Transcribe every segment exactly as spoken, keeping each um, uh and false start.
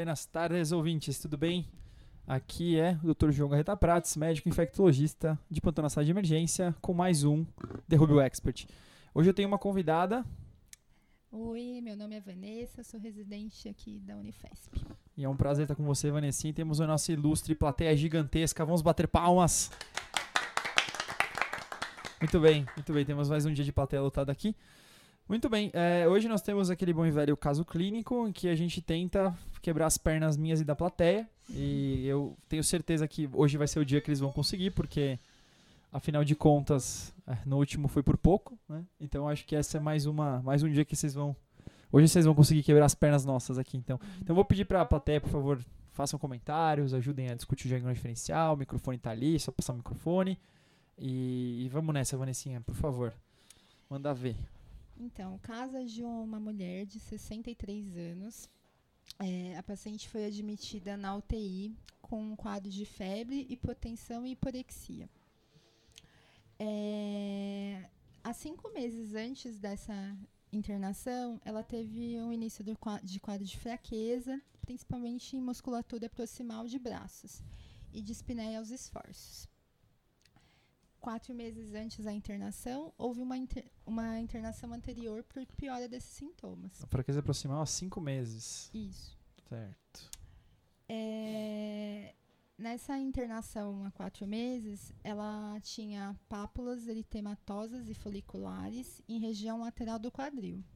Buenas tardes, ouvintes, tudo bem? Aqui é o doutor João Garreta Prates, médico infectologista de plantão na sala de emergência, com mais um Derrube o Expert. Hoje eu tenho uma convidada. Oi, meu nome é Vanessa, sou residente aqui da Unifesp. E é um prazer estar com você, Vanessa. E temos a nossa ilustre plateia gigantesca. Vamos bater palmas. Muito bem, muito bem. Temos mais um dia de plateia lotada aqui. Muito bem, é, hoje nós temos aquele bom e velho caso clínico em que a gente tenta quebrar as pernas minhas e da plateia. E eu tenho certeza que hoje vai ser o dia que eles vão conseguir, porque afinal de contas, no último foi por pouco, né? Então acho que essa é mais, uma, mais um dia que vocês vão... Hoje vocês vão conseguir quebrar as pernas nossas aqui, então. Então eu vou pedir para a plateia, por favor, façam comentários, ajudem a discutir o diagnóstico diferencial, o microfone tá ali, é só passar o microfone. E, e vamos nessa, Vanessinha, por favor. Manda ver. Então, o caso é de uma mulher de sessenta e três anos. É, a paciente foi admitida na U T I com um quadro de febre, hipotensão e hiporexia. É, há cinco meses antes dessa internação, ela teve um início do, de quadro de fraqueza, principalmente em musculatura proximal de braços e dispneia aos esforços. Quatro meses antes da internação, houve uma, inter, uma internação anterior por piora desses sintomas. A fraqueza proximal há cinco meses. Isso. Certo. É, nessa internação há quatro meses, ela tinha pápulas eritematosas e foliculares em região lateral do quadril.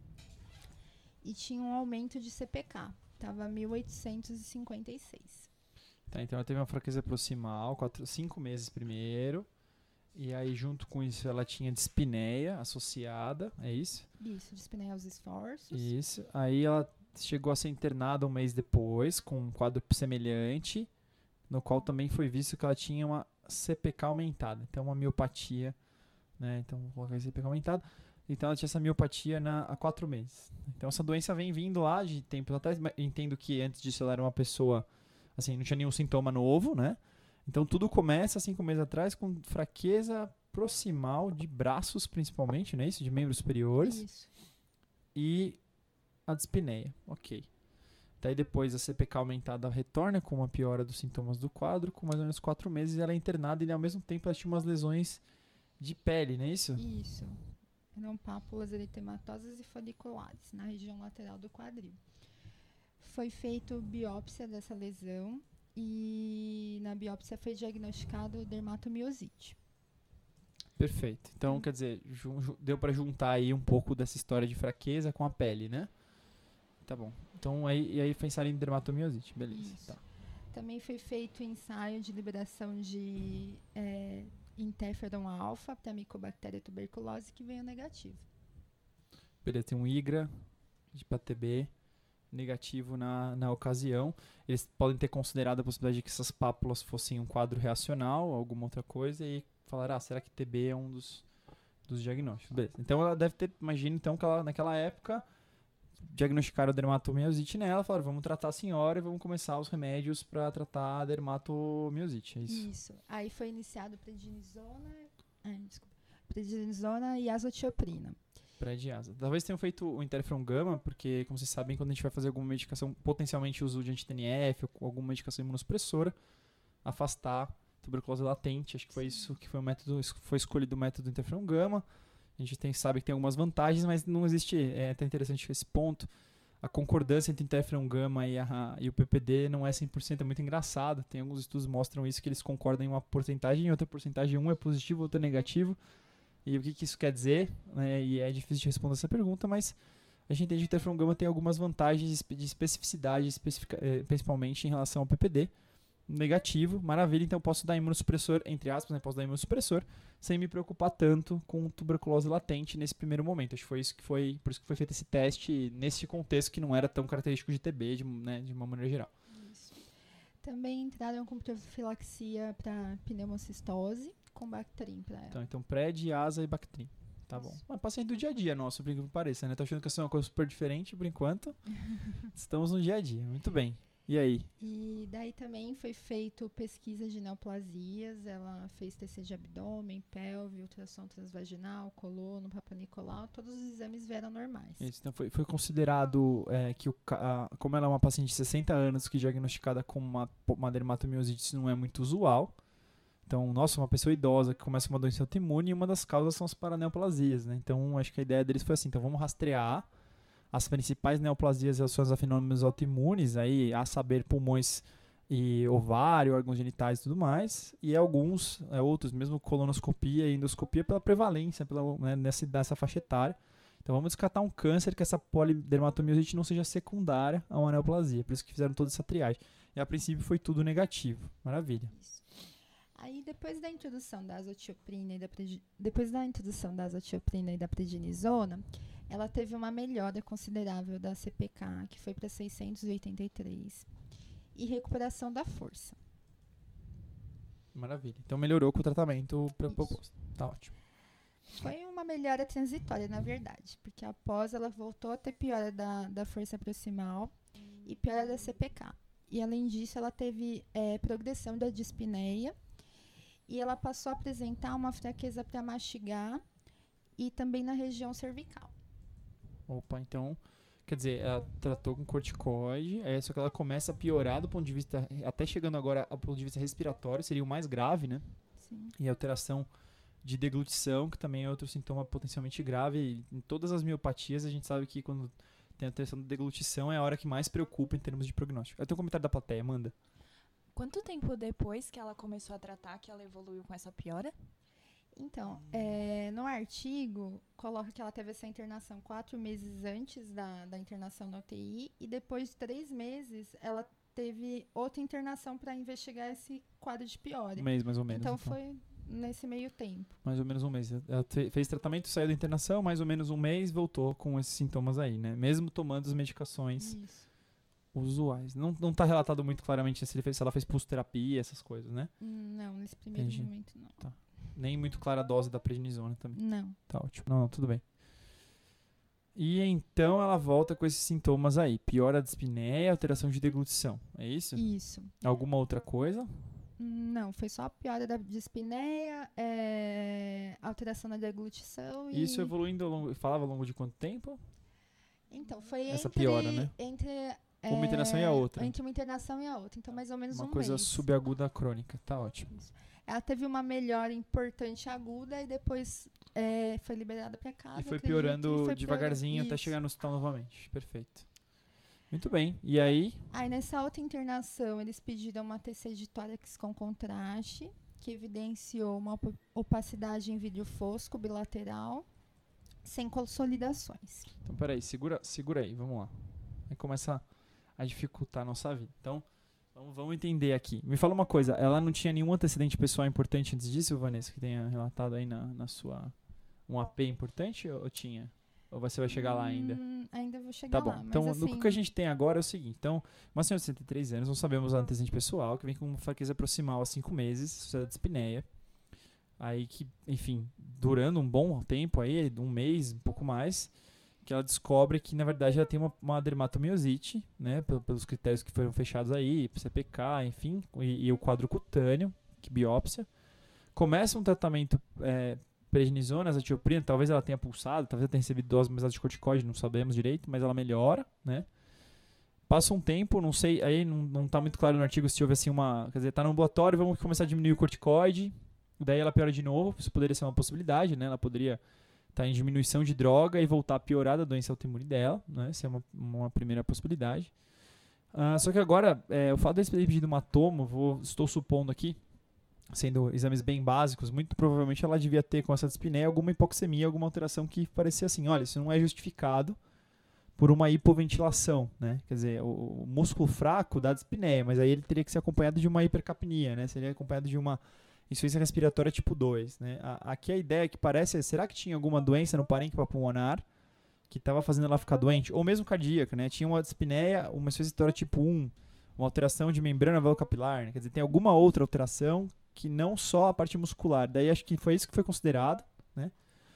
E tinha um aumento de C P K, estava mil oitocentos e cinquenta e seis. Tá, então ela teve uma fraqueza proximal, quatro, cinco meses primeiro. E aí, junto com isso, ela tinha dispneia associada, é isso? Isso, dispneia aos esforços. Isso. Aí ela chegou a ser internada um mês depois, com um quadro semelhante, no qual também foi visto que ela tinha uma C P K aumentada. Então, uma miopatia, né? Então, vou colocar C P K aumentada. Então, ela tinha essa miopatia na, há quatro meses. Então, essa doença vem vindo lá de tempos atrás. Mas entendo que antes disso ela era uma pessoa, assim, não tinha nenhum sintoma novo, né? Então, tudo começa, cinco meses atrás, com fraqueza proximal de braços, principalmente, não é isso? De membros superiores. Isso. E a dispneia. Ok. Daí, depois, a C P K aumentada retorna com uma piora dos sintomas do quadro. Com mais ou menos quatro meses, ela é internada e, ao mesmo tempo, ela tinha umas lesões de pele, não é isso? Isso. Eram pápulas eritematosas e foliculares na região lateral do quadril. Foi feita biópsia dessa lesão. E na biópsia foi diagnosticado dermatomiosite. Perfeito. Então, hum. quer dizer, deu para juntar aí um pouco dessa história de fraqueza com a pele, né? Tá bom. Então, aí, e aí pensaram em dermatomiosite. Beleza. Tá. Também foi feito ensaio de liberação de é, interferon alfa para a micobactéria tuberculose, que veio negativo. Beleza, tem um I G R A de P A T B negativo na, na ocasião. Eles podem ter considerado a possibilidade de que essas pápulas fossem um quadro reacional, alguma outra coisa, e falaram, ah, será que T B é um dos, dos diagnósticos? Beleza. Então ela deve ter, imagina então que ela, naquela época, diagnosticaram a dermatomiosite nela, falaram, vamos tratar a senhora e vamos começar os remédios para tratar a dermatomiosite, é isso? Isso. Aí foi iniciado prednisona, ah, desculpa, prednisona e azotioprina. Pré-diasa. Talvez tenham feito o interferon gama, porque, como vocês sabem, quando a gente vai fazer alguma medicação, potencialmente uso de anti-T N F ou alguma medicação imunossupressora, afastar tuberculose latente. Acho que foi isso que foi o método, foi escolhido o método interferon gama. A gente tem, sabe que tem algumas vantagens, mas não existe, é até interessante esse ponto, a concordância entre interferon gama e, a, e o P P D não é cem por cento, é muito engraçado. Tem alguns estudos que mostram isso, que eles concordam em uma porcentagem, em outra porcentagem um é positivo, outro é negativo. E o que, que isso quer dizer, né? E é difícil de responder essa pergunta, mas a gente entende que o interferon gama tem algumas vantagens de especificidade, especifica, eh, principalmente em relação ao P P D. Negativo, maravilha, então eu posso dar imunossupressor, entre aspas, né? Posso dar imunossupressor, sem me preocupar tanto com tuberculose latente nesse primeiro momento. Acho que foi isso que foi, por isso que foi feito esse teste, nesse contexto que não era tão característico de T B, de, né, de uma maneira geral. Isso. Também entraram com profilaxia para pneumocistose, com Bactrim para ela. Então, então pré-diasa e Bactrim. Tá bom. Mas paciente do dia a dia nosso, por incrível que pareça, né? Tô achando que isso é uma coisa super diferente por enquanto. Estamos no dia a dia. Muito bem. E aí? E daí também foi feito pesquisa de neoplasias, ela fez T C de abdômen, pelve, ultrassom transvaginal, colono, papanicolau, todos os exames vieram normais. Isso, então foi, foi considerado é, que, o, ca- a- como ela é uma paciente de sessenta anos que é diagnosticada com uma, uma dermatomiosite, isso não é muito usual. Então, nossa, uma pessoa idosa que começa com uma doença autoimune e uma das causas são as paraneoplasias, né? Então, acho que a ideia deles foi assim, então vamos rastrear as principais neoplasias relacionadas a fenômenos autoimunes, aí, a saber, pulmões e ovário, órgãos genitais e tudo mais, e alguns, é, outros, mesmo colonoscopia e endoscopia, pela prevalência, pela, né, nessa, dessa faixa etária. Então vamos descartar um câncer que essa polidermatomiosite não seja secundária a uma neoplasia, por isso que fizeram toda essa triagem. E a princípio foi tudo negativo, maravilha. Isso. Aí depois da introdução da azotioprina e da pregi- depois da introdução da azotioprina e da prednisona, ela teve uma melhora considerável da C P K, que foi para seiscentos e oitenta e três, e recuperação da força. Maravilha. Então melhorou com o tratamento Isso. proposto. Tá ótimo. Foi uma melhora transitória, na verdade, porque após ela voltou a ter piora da, da força proximal e piora da C P K. E além disso, ela teve é, progressão da dispneia e ela passou a apresentar uma fraqueza para mastigar e também na região cervical. Opa, então, quer dizer, ela tratou com corticoide, é só que ela começa a piorar do ponto de vista, até chegando agora ao ponto de vista respiratório, seria o mais grave, né? Sim. E alteração de deglutição, que também é outro sintoma potencialmente grave. E em todas as miopatias, a gente sabe que quando tem alteração de deglutição é a hora que mais preocupa em termos de prognóstico. Eu tenho um comentário da plateia, manda. Quanto tempo depois que ela começou a tratar que ela evoluiu com essa piora? Então, é, no artigo, coloca que ela teve essa internação quatro meses antes da, da internação na U T I e depois de três meses ela teve outra internação para investigar esse quadro de piora. Um mês, mais ou menos. Então, foi nesse meio tempo. Mais ou menos um mês. Ela fe- fez tratamento, saiu da internação, mais ou menos um mês, voltou com esses sintomas aí, né? Mesmo tomando as medicações Isso. usuais. Não, não tá relatado muito claramente se, ele fez, se ela fez pulsoterapia, essas coisas, né? Hum, Não, nesse primeiro Entendi. momento não. Nem muito clara a dose da prednisona também. Não. Tá ótimo. Não, não, tudo bem. E então ela volta com esses sintomas aí. Piora da dispneia, alteração de deglutição. É isso? Isso. Alguma outra coisa? Não, foi só a piora da dispneia, é, alteração na deglutição e... Isso evoluindo ao longo... Falava ao longo de quanto tempo? Então, foi Essa entre... piora, né? Entre, Uma internação e a outra. Entre uma internação e a outra. Então, mais ou menos Uma um coisa mês. subaguda crônica. Tá ótimo. Isso. Ela teve uma melhora importante aguda e depois é, foi liberada para casa. E foi acredito, piorando e foi devagarzinho piorando. até Isso. chegar no hospital novamente. Perfeito. Muito bem. E aí? Aí, nessa outra internação, eles pediram uma T C de tórax com contraste, que evidenciou uma op- opacidade em vidro fosco bilateral, sem consolidações. Então, peraí. Segura, segura aí. Vamos lá. Aí começa a dificultar a nossa vida. Então, vamos, vamos entender aqui. Me fala uma coisa. Ela não tinha nenhum antecedente pessoal importante antes disso, Vanessa? Que tenha relatado aí na, na sua... Um A P importante ou, ou tinha? Ou você vai chegar lá ainda? Hum, ainda vou chegar Tá bom. lá. Então, mas, no assim, que a gente tem agora é o seguinte. Então, uma senhora de sessenta e três anos, não sabemos o antecedente pessoal, que vem com uma fraqueza proximal há cinco meses, associada à dispneia. Aí que, enfim, durando um bom tempo aí, um mês, um pouco mais, que ela descobre que, na verdade, ela tem uma, uma dermatomiosite, né, pel- pelos critérios que foram fechados aí, C P K, enfim, e, e o quadro cutâneo, que biópsia. Começa um tratamento é, prednisona, azatioprina, talvez ela tenha pulsado, talvez ela tenha recebido dose mais de corticoide, não sabemos direito, mas ela melhora, né? Passa um tempo, não sei, aí não, não tá muito claro no artigo se houve assim uma, quer dizer, tá no ambulatório, vamos começar a diminuir o corticoide, daí ela piora de novo, isso poderia ser uma possibilidade, né? Ela poderia estar em diminuição de droga e voltar a piorar da doença autoimune dela, né? Essa é uma, uma primeira possibilidade. Ah, só que agora, é, o fato desse pedido uma tomo, vou, estou supondo aqui, sendo exames bem básicos, muito provavelmente ela devia ter com essa dispneia alguma hipoxemia, alguma alteração que parecia assim, olha, isso não é justificado por uma hipoventilação, né? Quer dizer, o, o músculo fraco dá dispneia, mas aí ele teria que ser acompanhado de uma hipercapnia, né? Seria acompanhado de uma insuficiência respiratória tipo dois, né? A, aqui a ideia que parece é, será que tinha alguma doença no parênquima pulmonar que estava fazendo ela ficar doente? Ou mesmo cardíaca, né? Tinha uma dispneia, uma insuficiência respiratória tipo um, uma alteração de membrana velocapilar, né? Quer dizer, tem alguma outra alteração que não só a parte muscular. Daí acho que foi isso que foi considerado, né?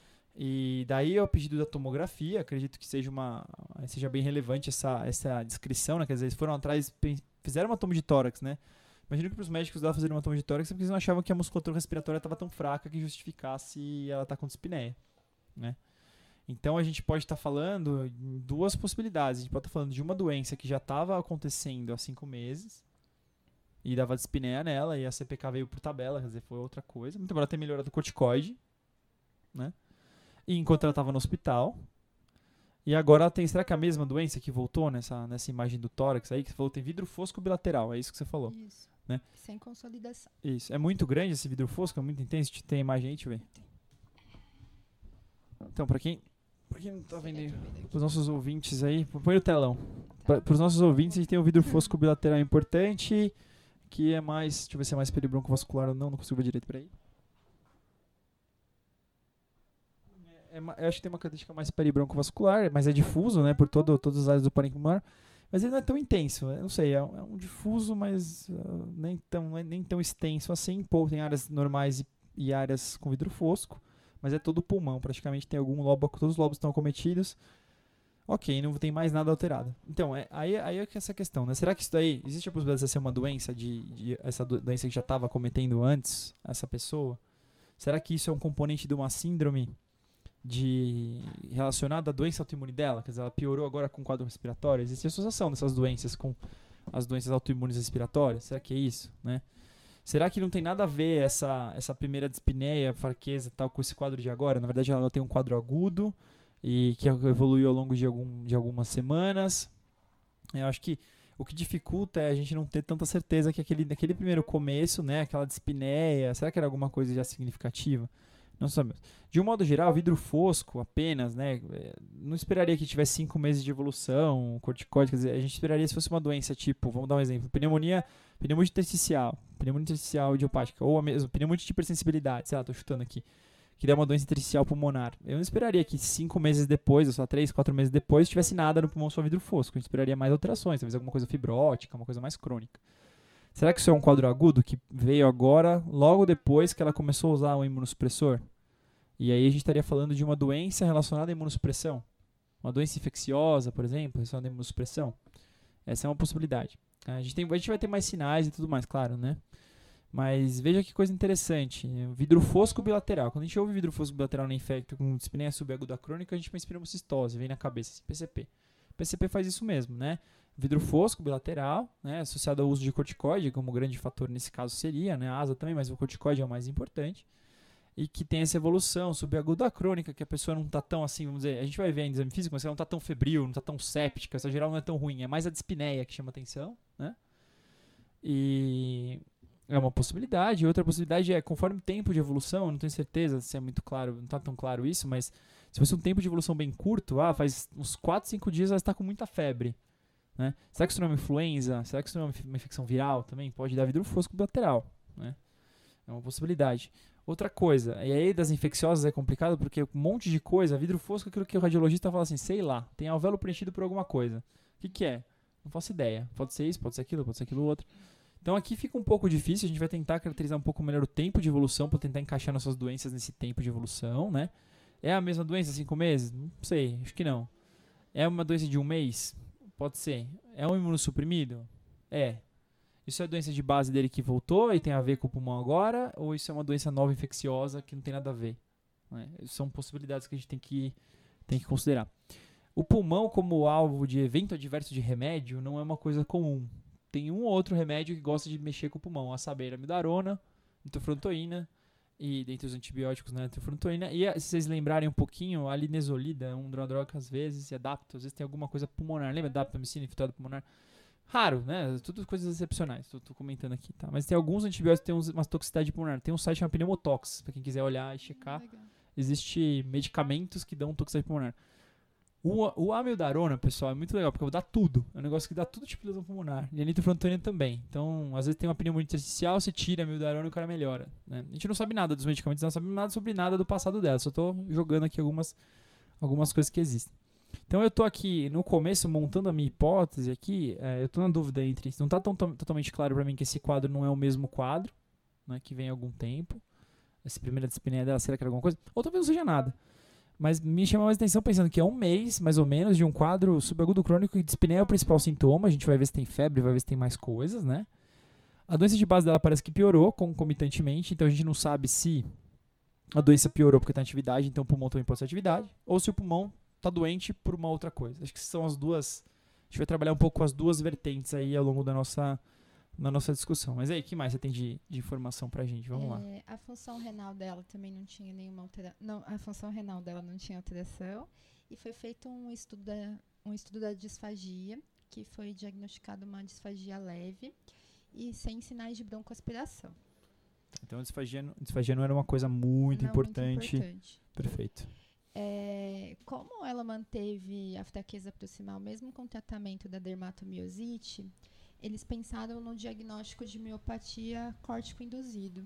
E daí é o pedido da tomografia, acredito que seja uma seja bem relevante essa, essa descrição, né? Quer dizer, eles foram atrás fizeram uma tomo de tórax, né? Imagina que para os médicos dela fazerem uma tomo de tórax é porque eles não achavam que a musculatura respiratória estava tão fraca que justificasse ela estar com dispneia, né? Então a gente pode estar tá falando em duas possibilidades. A gente pode estar tá falando de uma doença que já estava acontecendo há cinco meses e dava dispneia nela e a C P K veio por tabela, quer dizer, foi outra coisa. Muito embora tenha melhorado o corticoide, né? E enquanto ela estava no hospital. E agora ela tem, será que é a mesma doença que voltou nessa, nessa imagem do tórax aí, que você falou, tem vidro fosco bilateral, é isso que você falou? Isso. Né? Sem consolidação. Isso. É muito grande esse vidro fosco? É muito intenso? Tem imagem aí? Deixa eu ver. Então, pra quem, pra quem não tá vendo aí, pros nossos ouvintes aí, põe no telão. Pra, pros nossos ouvintes, a gente tem o vidro fosco bilateral importante, que é mais, deixa eu ver se é mais peribroncovascular ou não, não consigo ver direito, peraí. É, é, eu acho que tem uma característica mais peribroncovascular, mas é difuso, né, por todo, todas as áreas do parênquima pulmonar. Mas ele não é tão intenso, eu não sei, é, é um difuso, mas uh, nem, tão, não é nem tão extenso assim. Pô, tem áreas normais e, e áreas com vidro fosco, mas é todo o pulmão, praticamente tem algum lobo, todos os lobos estão acometidos. Ok, não tem mais nada alterado. Então, é, aí, aí é que essa questão, né? Será que isso daí, existe a possibilidade de ser uma doença, de, de essa doença que já estava cometendo antes, essa pessoa? Será que isso é um componente de uma síndrome de relacionada à doença autoimune dela, quer dizer, ela piorou agora com o quadro respiratório? Existe associação dessas doenças com as doenças autoimunes respiratórias? Será que é isso, né? Será que não tem nada a ver essa, essa primeira dispneia, fraqueza e tal com esse quadro de agora? Na verdade, ela tem um quadro agudo e que evoluiu ao longo de, algum, de algumas semanas. Eu acho que o que dificulta é a gente não ter tanta certeza que aquele, naquele primeiro começo, né, aquela dispneia, será que era alguma coisa já significativa? Não sabemos. De um modo geral, vidro fosco apenas, né? Não esperaria que tivesse cinco meses de evolução, corticoide, quer dizer, a gente esperaria se fosse uma doença tipo, vamos dar um exemplo, pneumonia, pneumonia intersticial, pneumonia intersticial idiopática, ou a mesma, pneumonia de hipersensibilidade, sei lá, tô chutando aqui, que dá uma doença intersticial pulmonar. Eu não esperaria que cinco meses depois, ou só três, quatro meses depois, tivesse nada no pulmão só vidro fosco. A gente esperaria mais alterações, talvez alguma coisa fibrótica, uma coisa mais crônica. Será que isso é um quadro agudo que veio agora, logo depois que ela começou a usar o imunossupressor? E aí a gente estaria falando de uma doença relacionada à imunossupressão. Uma doença infecciosa, por exemplo, relacionada à imunossupressão. Essa é uma possibilidade. A gente, tem, a gente vai ter mais sinais e tudo mais, claro, né? Mas veja que coisa interessante. Vidro fosco bilateral. Quando a gente ouve vidro fosco bilateral na infecto com dispneia subaguda crônica, a gente pensa em pneumocistose, vem na cabeça, P C P. P C P faz isso mesmo, né? Vidro fosco bilateral, né, associado ao uso de corticoide, como grande fator nesse caso seria, né, a asa também, mas o corticoide é o mais importante, e que tem essa evolução subaguda crônica, que a pessoa não está tão assim, vamos dizer, a gente vai ver em exame físico, mas ela não está tão febril, não está tão séptica, essa geral não é tão ruim, é mais a dispneia que chama atenção, né, e é uma possibilidade. Outra possibilidade é, conforme o tempo de evolução, eu não tenho certeza se é muito claro, não está tão claro isso, mas se fosse um tempo de evolução bem curto, ah, faz uns quatro, cinco dias ela está com muita febre, né? Será que isso não é uma influenza? Será que isso não é uma infecção viral também? Pode dar vidro fosco bilateral, né? É uma possibilidade. Outra coisa, e aí das infecciosas é complicado porque um monte de coisa, vidro fosco é aquilo que o radiologista fala assim, sei lá, tem alvéolo preenchido por alguma coisa. O que que é? Não faço ideia. Pode ser isso, pode ser aquilo, pode ser aquilo outro. Então aqui fica um pouco difícil, a gente vai tentar caracterizar um pouco melhor o tempo de evolução para tentar encaixar nossas doenças nesse tempo de evolução, né? É a mesma doença, cinco meses? Não sei, acho que não. É uma doença de um mês? Pode ser. É um imunossuprimido? É. Isso é doença de base dele que voltou e tem a ver com o pulmão agora? Ou isso é uma doença nova infecciosa que não tem nada a ver? Né? São possibilidades que a gente tem que, tem que considerar. O pulmão como alvo de evento adverso de remédio não é uma coisa comum. Tem um ou outro remédio que gosta de mexer com o pulmão, a saber, amidarona, nitrofrantoína, e dentre os antibióticos, né, nitrofrantoína. E se vocês lembrarem um pouquinho, a linezolida é um droga que às vezes se adapta, às vezes tem alguma coisa pulmonar. Lembra da daptomicina, infiltrado pulmonar? Raro, né? Tudo coisas excepcionais, tô, tô comentando aqui, tá? Mas tem alguns antibióticos que tem uns, uma toxicidade pulmonar. Tem um site chamado Pneumotox, pra quem quiser olhar e checar. Legal. Existem medicamentos que dão toxicidade pulmonar. O, o amiodarona, pessoal, é muito legal, porque dá tudo. É um negócio que dá tudo tipo de lesão pulmonar. E a nitrofrantoína também. Então, às vezes tem uma pneumonia intersticial, você tira a amiodarona e o cara melhora, né? A gente não sabe nada dos medicamentos, não sabe nada sobre nada do passado dela. Só tô jogando aqui algumas, algumas coisas que existem. Então, eu tô aqui no começo montando a minha hipótese aqui. É, eu tô na dúvida entre... Não tá tão, tão, totalmente claro pra mim que esse quadro não é o mesmo quadro, né, que vem há algum tempo. Essa primeira dispneia dela, será que era alguma coisa? Ou talvez não seja nada. Mas me chamou mais atenção pensando que é um mês, mais ou menos, de um quadro subagudo crônico e dispneia é o principal sintoma. A gente vai ver se tem febre, vai ver se tem mais coisas, né? A doença de base dela parece que piorou concomitantemente, então a gente não sabe se a doença piorou porque tá em atividade, então o pulmão também pode ser atividade, ou se o pulmão tá doente por uma outra coisa. Acho que são as duas... A gente vai trabalhar um pouco com as duas vertentes aí ao longo da nossa, da nossa discussão. Mas aí, o que mais você tem de, de informação pra gente? Vamos É, lá. A função renal dela também não tinha nenhuma alteração. Não, a função renal dela não tinha alteração. E foi feito um estudo da, um estudo da disfagia, que foi diagnosticado uma disfagia leve e sem sinais de broncoaspiração. Então a disfagia, disfagia não era uma coisa muito, Não importante. muito importante. Perfeito. É, como ela manteve a fraqueza proximal mesmo com o tratamento da dermatomiosite, eles pensaram no diagnóstico de miopatia córtico-induzido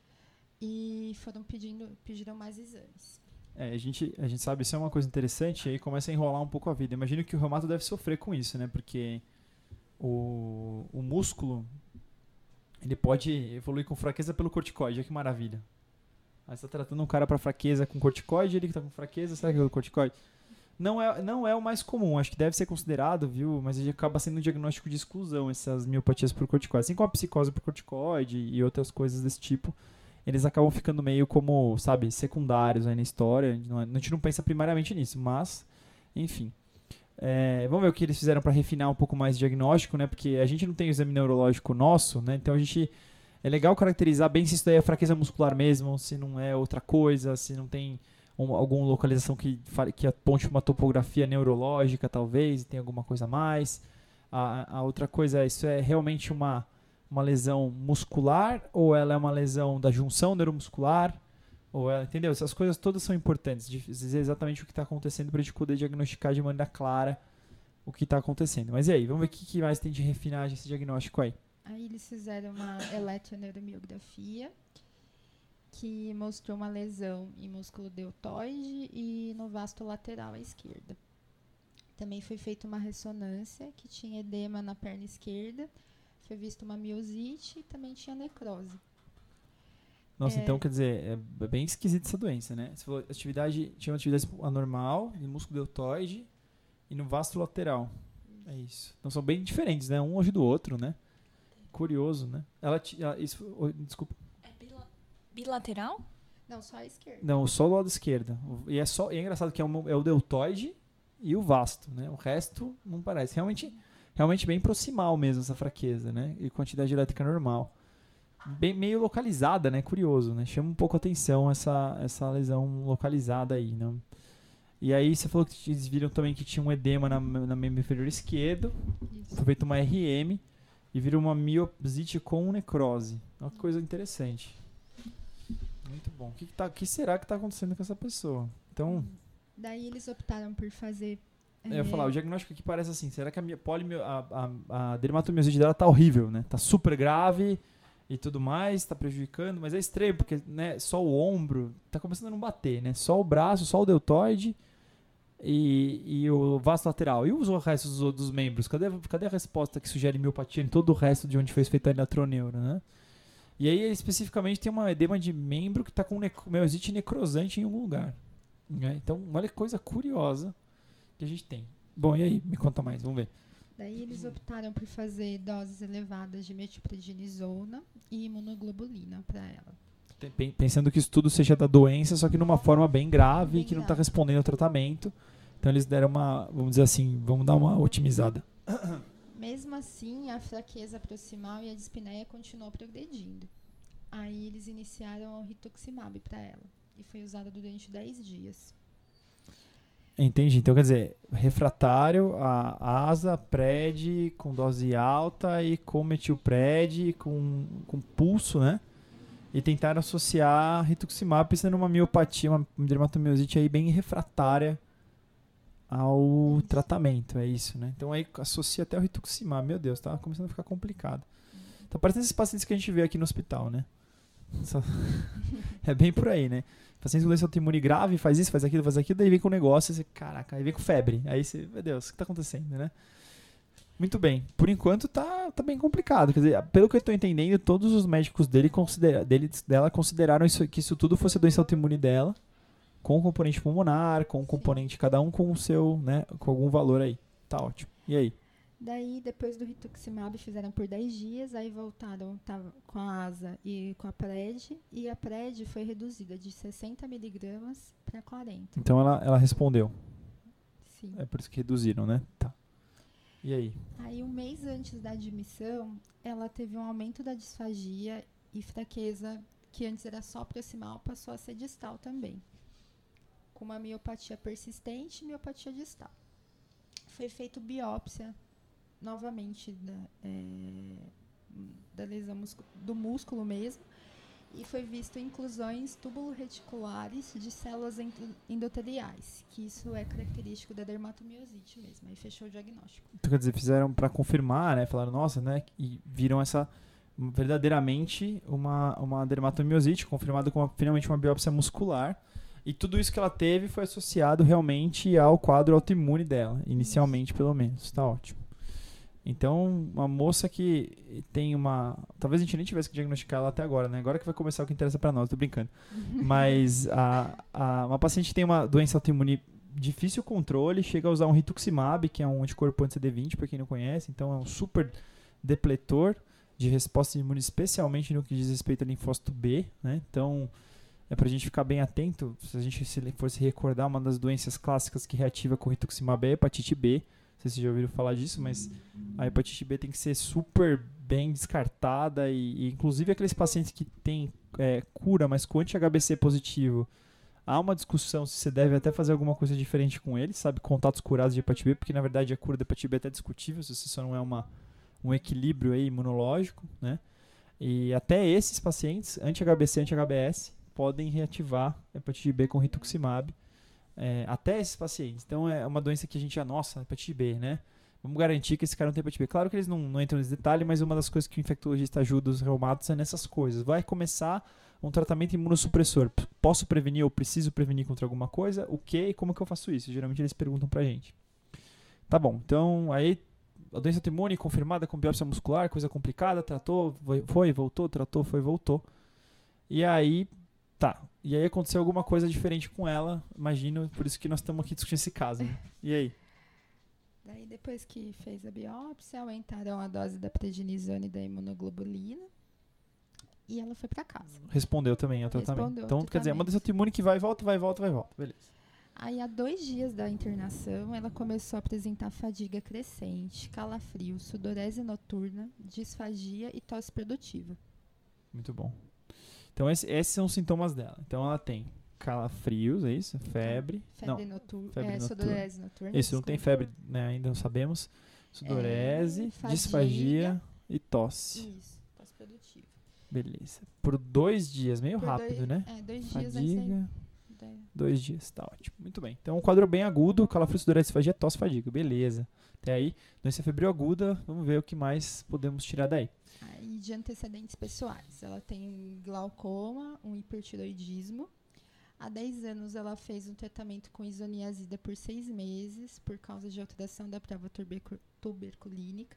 e foram pedindo, pediram mais exames. É, a gente, a gente sabe, isso é uma coisa interessante, e aí começa a enrolar um pouco a vida. Imagino que o reumato deve sofrer com isso, né? Porque o, o músculo, ele pode evoluir com fraqueza pelo corticoide, olha que maravilha. Aí você tá tratando um cara para fraqueza com corticoide, ele que tá com fraqueza, será que é o corticoide? Não é, não é o mais comum, acho que deve ser considerado, viu? Mas ele acaba sendo um diagnóstico de exclusão, essas miopatias por corticoide. Assim como a psicose por corticoide e outras coisas desse tipo, eles acabam ficando meio como, sabe, secundários aí na história. A gente não pensa primariamente nisso, mas, enfim. É, vamos ver o que eles fizeram para refinar um pouco mais o diagnóstico, né? Porque a gente não tem o exame neurológico nosso, né? Então a gente... É legal caracterizar bem se isso daí é fraqueza muscular mesmo, se não é outra coisa, se não tem um, alguma localização que, que aponte uma topografia neurológica, talvez, e tem alguma coisa a mais. A, a outra coisa é, isso é realmente uma, uma lesão muscular ou ela é uma lesão da junção neuromuscular? Ou ela, entendeu? Essas coisas todas são importantes, de dizer exatamente o que está acontecendo para a gente poder diagnosticar de maneira clara o que está acontecendo. Mas e aí, vamos ver o que, que mais tem de refinagem esse diagnóstico aí. Aí eles fizeram uma eletroneuromiografia que mostrou uma lesão em músculo deltoide e no vasto lateral à esquerda. Também foi feita uma ressonância que tinha edema na perna esquerda, foi vista uma miosite e também tinha necrose. Nossa, É. então quer dizer, é bem esquisita essa doença, né? Você falou, atividade, tinha uma atividade anormal no músculo deltoide e no vasto lateral. É isso. Então são bem diferentes, né? Um longe do outro, né? Curioso, né? Ela, ti- ela isso, oh, desculpa. É bila- bilateral? Não, só a esquerda. Não, só o lado esquerdo. E é só, e é engraçado que é, uma- é o deltoide e o vasto, né? O resto não parece. Realmente, realmente bem proximal mesmo essa fraqueza, né? E quantidade elétrica normal. Bem, meio localizada, né? Curioso, né? Chama um pouco a atenção essa, essa lesão localizada aí, né? E aí você falou que eles viram também que tinha um edema na, na membro inferior esquerdo. Isso. Foi feita uma R M e virou uma miosite com necrose. Uma coisa interessante. Muito bom. O que, que, tá, que será que está acontecendo com essa pessoa? Então, Daí eles optaram por fazer... eu ia eh, falar, o diagnóstico aqui parece assim, será que a, minha polimio, a, a, a dermatomiosite dela tá horrível, né? Tá super grave e tudo mais, tá prejudicando, mas é estranho, porque né, só o ombro tá começando a não bater, né? Só o braço, só o deltoide e, e o vasto lateral. E os restos dos, dos membros? Cadê, cadê a resposta que sugere miopatia em todo o resto de onde foi feita a eletroneuro, né? E aí, especificamente, tem uma edema de membro que tá com nec- miosite necrosante em algum lugar. Né? Então, olha que coisa curiosa que a gente tem. Bom, e aí? Me conta mais, vamos ver. Daí eles optaram por fazer doses elevadas de metilprednisona e imunoglobulina para ela. Tem- pen- Pensando que isso tudo seja da doença, só que numa forma bem grave Bem e que não está grave. respondendo ao tratamento. Então eles deram uma, vamos dizer assim, vamos dar uma otimizada. Mesmo assim, a fraqueza proximal e a dispneia continuou progredindo. Aí eles iniciaram o rituximab para ela e foi usada durante dez dias. Entendi. Então quer dizer, refratário, a asa, pred com dose alta e com metilpred, com, com pulso, né? E tentaram associar rituximab pensando numa miopatia, uma dermatomiosite aí bem refratária ao tratamento, é isso, né? Então aí associa até o rituximab, meu Deus, tá começando a ficar complicado. Tá parecendo esses pacientes que a gente vê aqui no hospital, né? Só- é bem por aí, né? Paciente com doença autoimune grave, faz isso, faz aquilo, faz aquilo, daí vem com o negócio, e você, caraca, aí vem com febre. Aí você, meu Deus, o que tá acontecendo, né? Muito bem. Por enquanto tá, tá bem complicado. Quer dizer, pelo que eu tô entendendo, todos os médicos dele considera, dele, dela consideraram isso, que isso tudo fosse a doença autoimune dela. com o componente pulmonar, com o componente, cada um com o seu, né, com algum valor aí. Tá ótimo. E aí? Daí, depois do rituximab, fizeram por dez dias, aí voltaram tava, com a asa e com a Pred, e a Pred foi reduzida de sessenta miligramas para quarenta. Então ela, ela respondeu. Sim. É por isso que reduziram, né? Tá. E aí? Aí, um mês antes da admissão, ela teve um aumento da disfagia e fraqueza, que antes era só proximal, passou a ser distal também, com uma miopatia persistente e miopatia distal. Foi feita biópsia novamente da, é, da lesão muscu- do músculo mesmo, e foi visto inclusões túbulo-reticulares de células endo- endoteliais, que isso é característico da dermatomiosite mesmo. Aí fechou o diagnóstico. Então, quer dizer, fizeram pra confirmar, né? Falaram, nossa, né? E viram essa, verdadeiramente, uma, uma dermatomiosite, confirmada com uma, finalmente uma biópsia muscular. E tudo isso que ela teve foi associado realmente ao quadro autoimune dela, inicialmente pelo menos. Tá ótimo. Então, uma moça que tem uma... Talvez a gente nem tivesse que diagnosticar ela até agora, né? Agora que vai começar o que interessa pra nós, tô brincando. Mas a, a, uma paciente que tem uma doença autoimune difícil controle, chega a usar um rituximab, que é um anticorpo anti-C D vinte, pra quem não conhece. Então, é um super depletor de resposta imune, especialmente no que diz respeito ao linfócito B, né? Então... É pra gente ficar bem atento, se a gente se for se recordar, uma das doenças clássicas que reativa com rituximab é a hepatite B. Não sei se vocês já ouviram falar disso, mas a hepatite B tem que ser super bem descartada e, e inclusive aqueles pacientes que têm é, cura, mas com anti-H B C positivo, há uma discussão se você deve até fazer alguma coisa diferente com eles, sabe? Contatos curados de hepatite B, porque na verdade a cura da hepatite B é até discutível, se você só não é uma, um equilíbrio aí imunológico, né? E até esses pacientes, anti-H B C, anti-H B S, podem reativar a hepatite B com rituximab, é, até esses pacientes. Então é uma doença que a gente já, nossa, hepatite B, né? Vamos garantir que esse cara não tem hepatite B. Claro que eles não, não entram nesse detalhe, mas uma das coisas que o infectologista ajuda os reumatos é nessas coisas. Vai começar um tratamento imunossupressor. P- Posso prevenir ou preciso prevenir contra alguma coisa? O que e como que eu faço isso? Geralmente eles perguntam pra gente. Tá bom, então aí a doença autoimune confirmada com biópsia muscular, coisa complicada, tratou, foi, foi, voltou, tratou, foi, voltou. E aí... Tá, e aí aconteceu alguma coisa diferente com ela, imagino, por isso que nós estamos aqui discutindo esse caso, né? E aí? Daí, depois que fez a biópsia, aumentaram a dose da prednisona e da imunoglobulina, e ela foi pra casa. Respondeu também ao tratamento. Respondeu ao Então, quer dizer, é uma doença autoimune que vai e volta, vai e volta, vai e volta, beleza. Aí, há dois dias da internação, ela começou a apresentar fadiga crescente, calafrio, sudorese noturna, disfagia e tosse produtiva. Muito bom. Então, esse, esses são os sintomas dela. Então, ela tem calafrios, é isso? Febre. Febre Não, noturna. febre É, noturna. sudorese noturna. Isso, não tem desculpa. febre, né? Ainda não sabemos. Sudorese, É, fadiga. disfagia e tosse. Isso, tosse produtiva. Beleza. Por dois dias, meio Por rápido, dois, né? É, dois dias antes Fadiga, da... da- dois dias, tá ótimo. Muito bem. Então, um quadro bem agudo, calafrio, sudorese, disfagia, tosse, fadiga. Beleza. Até aí, doença febril aguda, vamos ver o que mais podemos tirar daí. Aí, de antecedentes pessoais, ela tem glaucoma, um hipertiroidismo. Há dez anos, ela fez um tratamento com isoniazida por seis meses, por causa de alteração da prova tubercu- tuberculínica.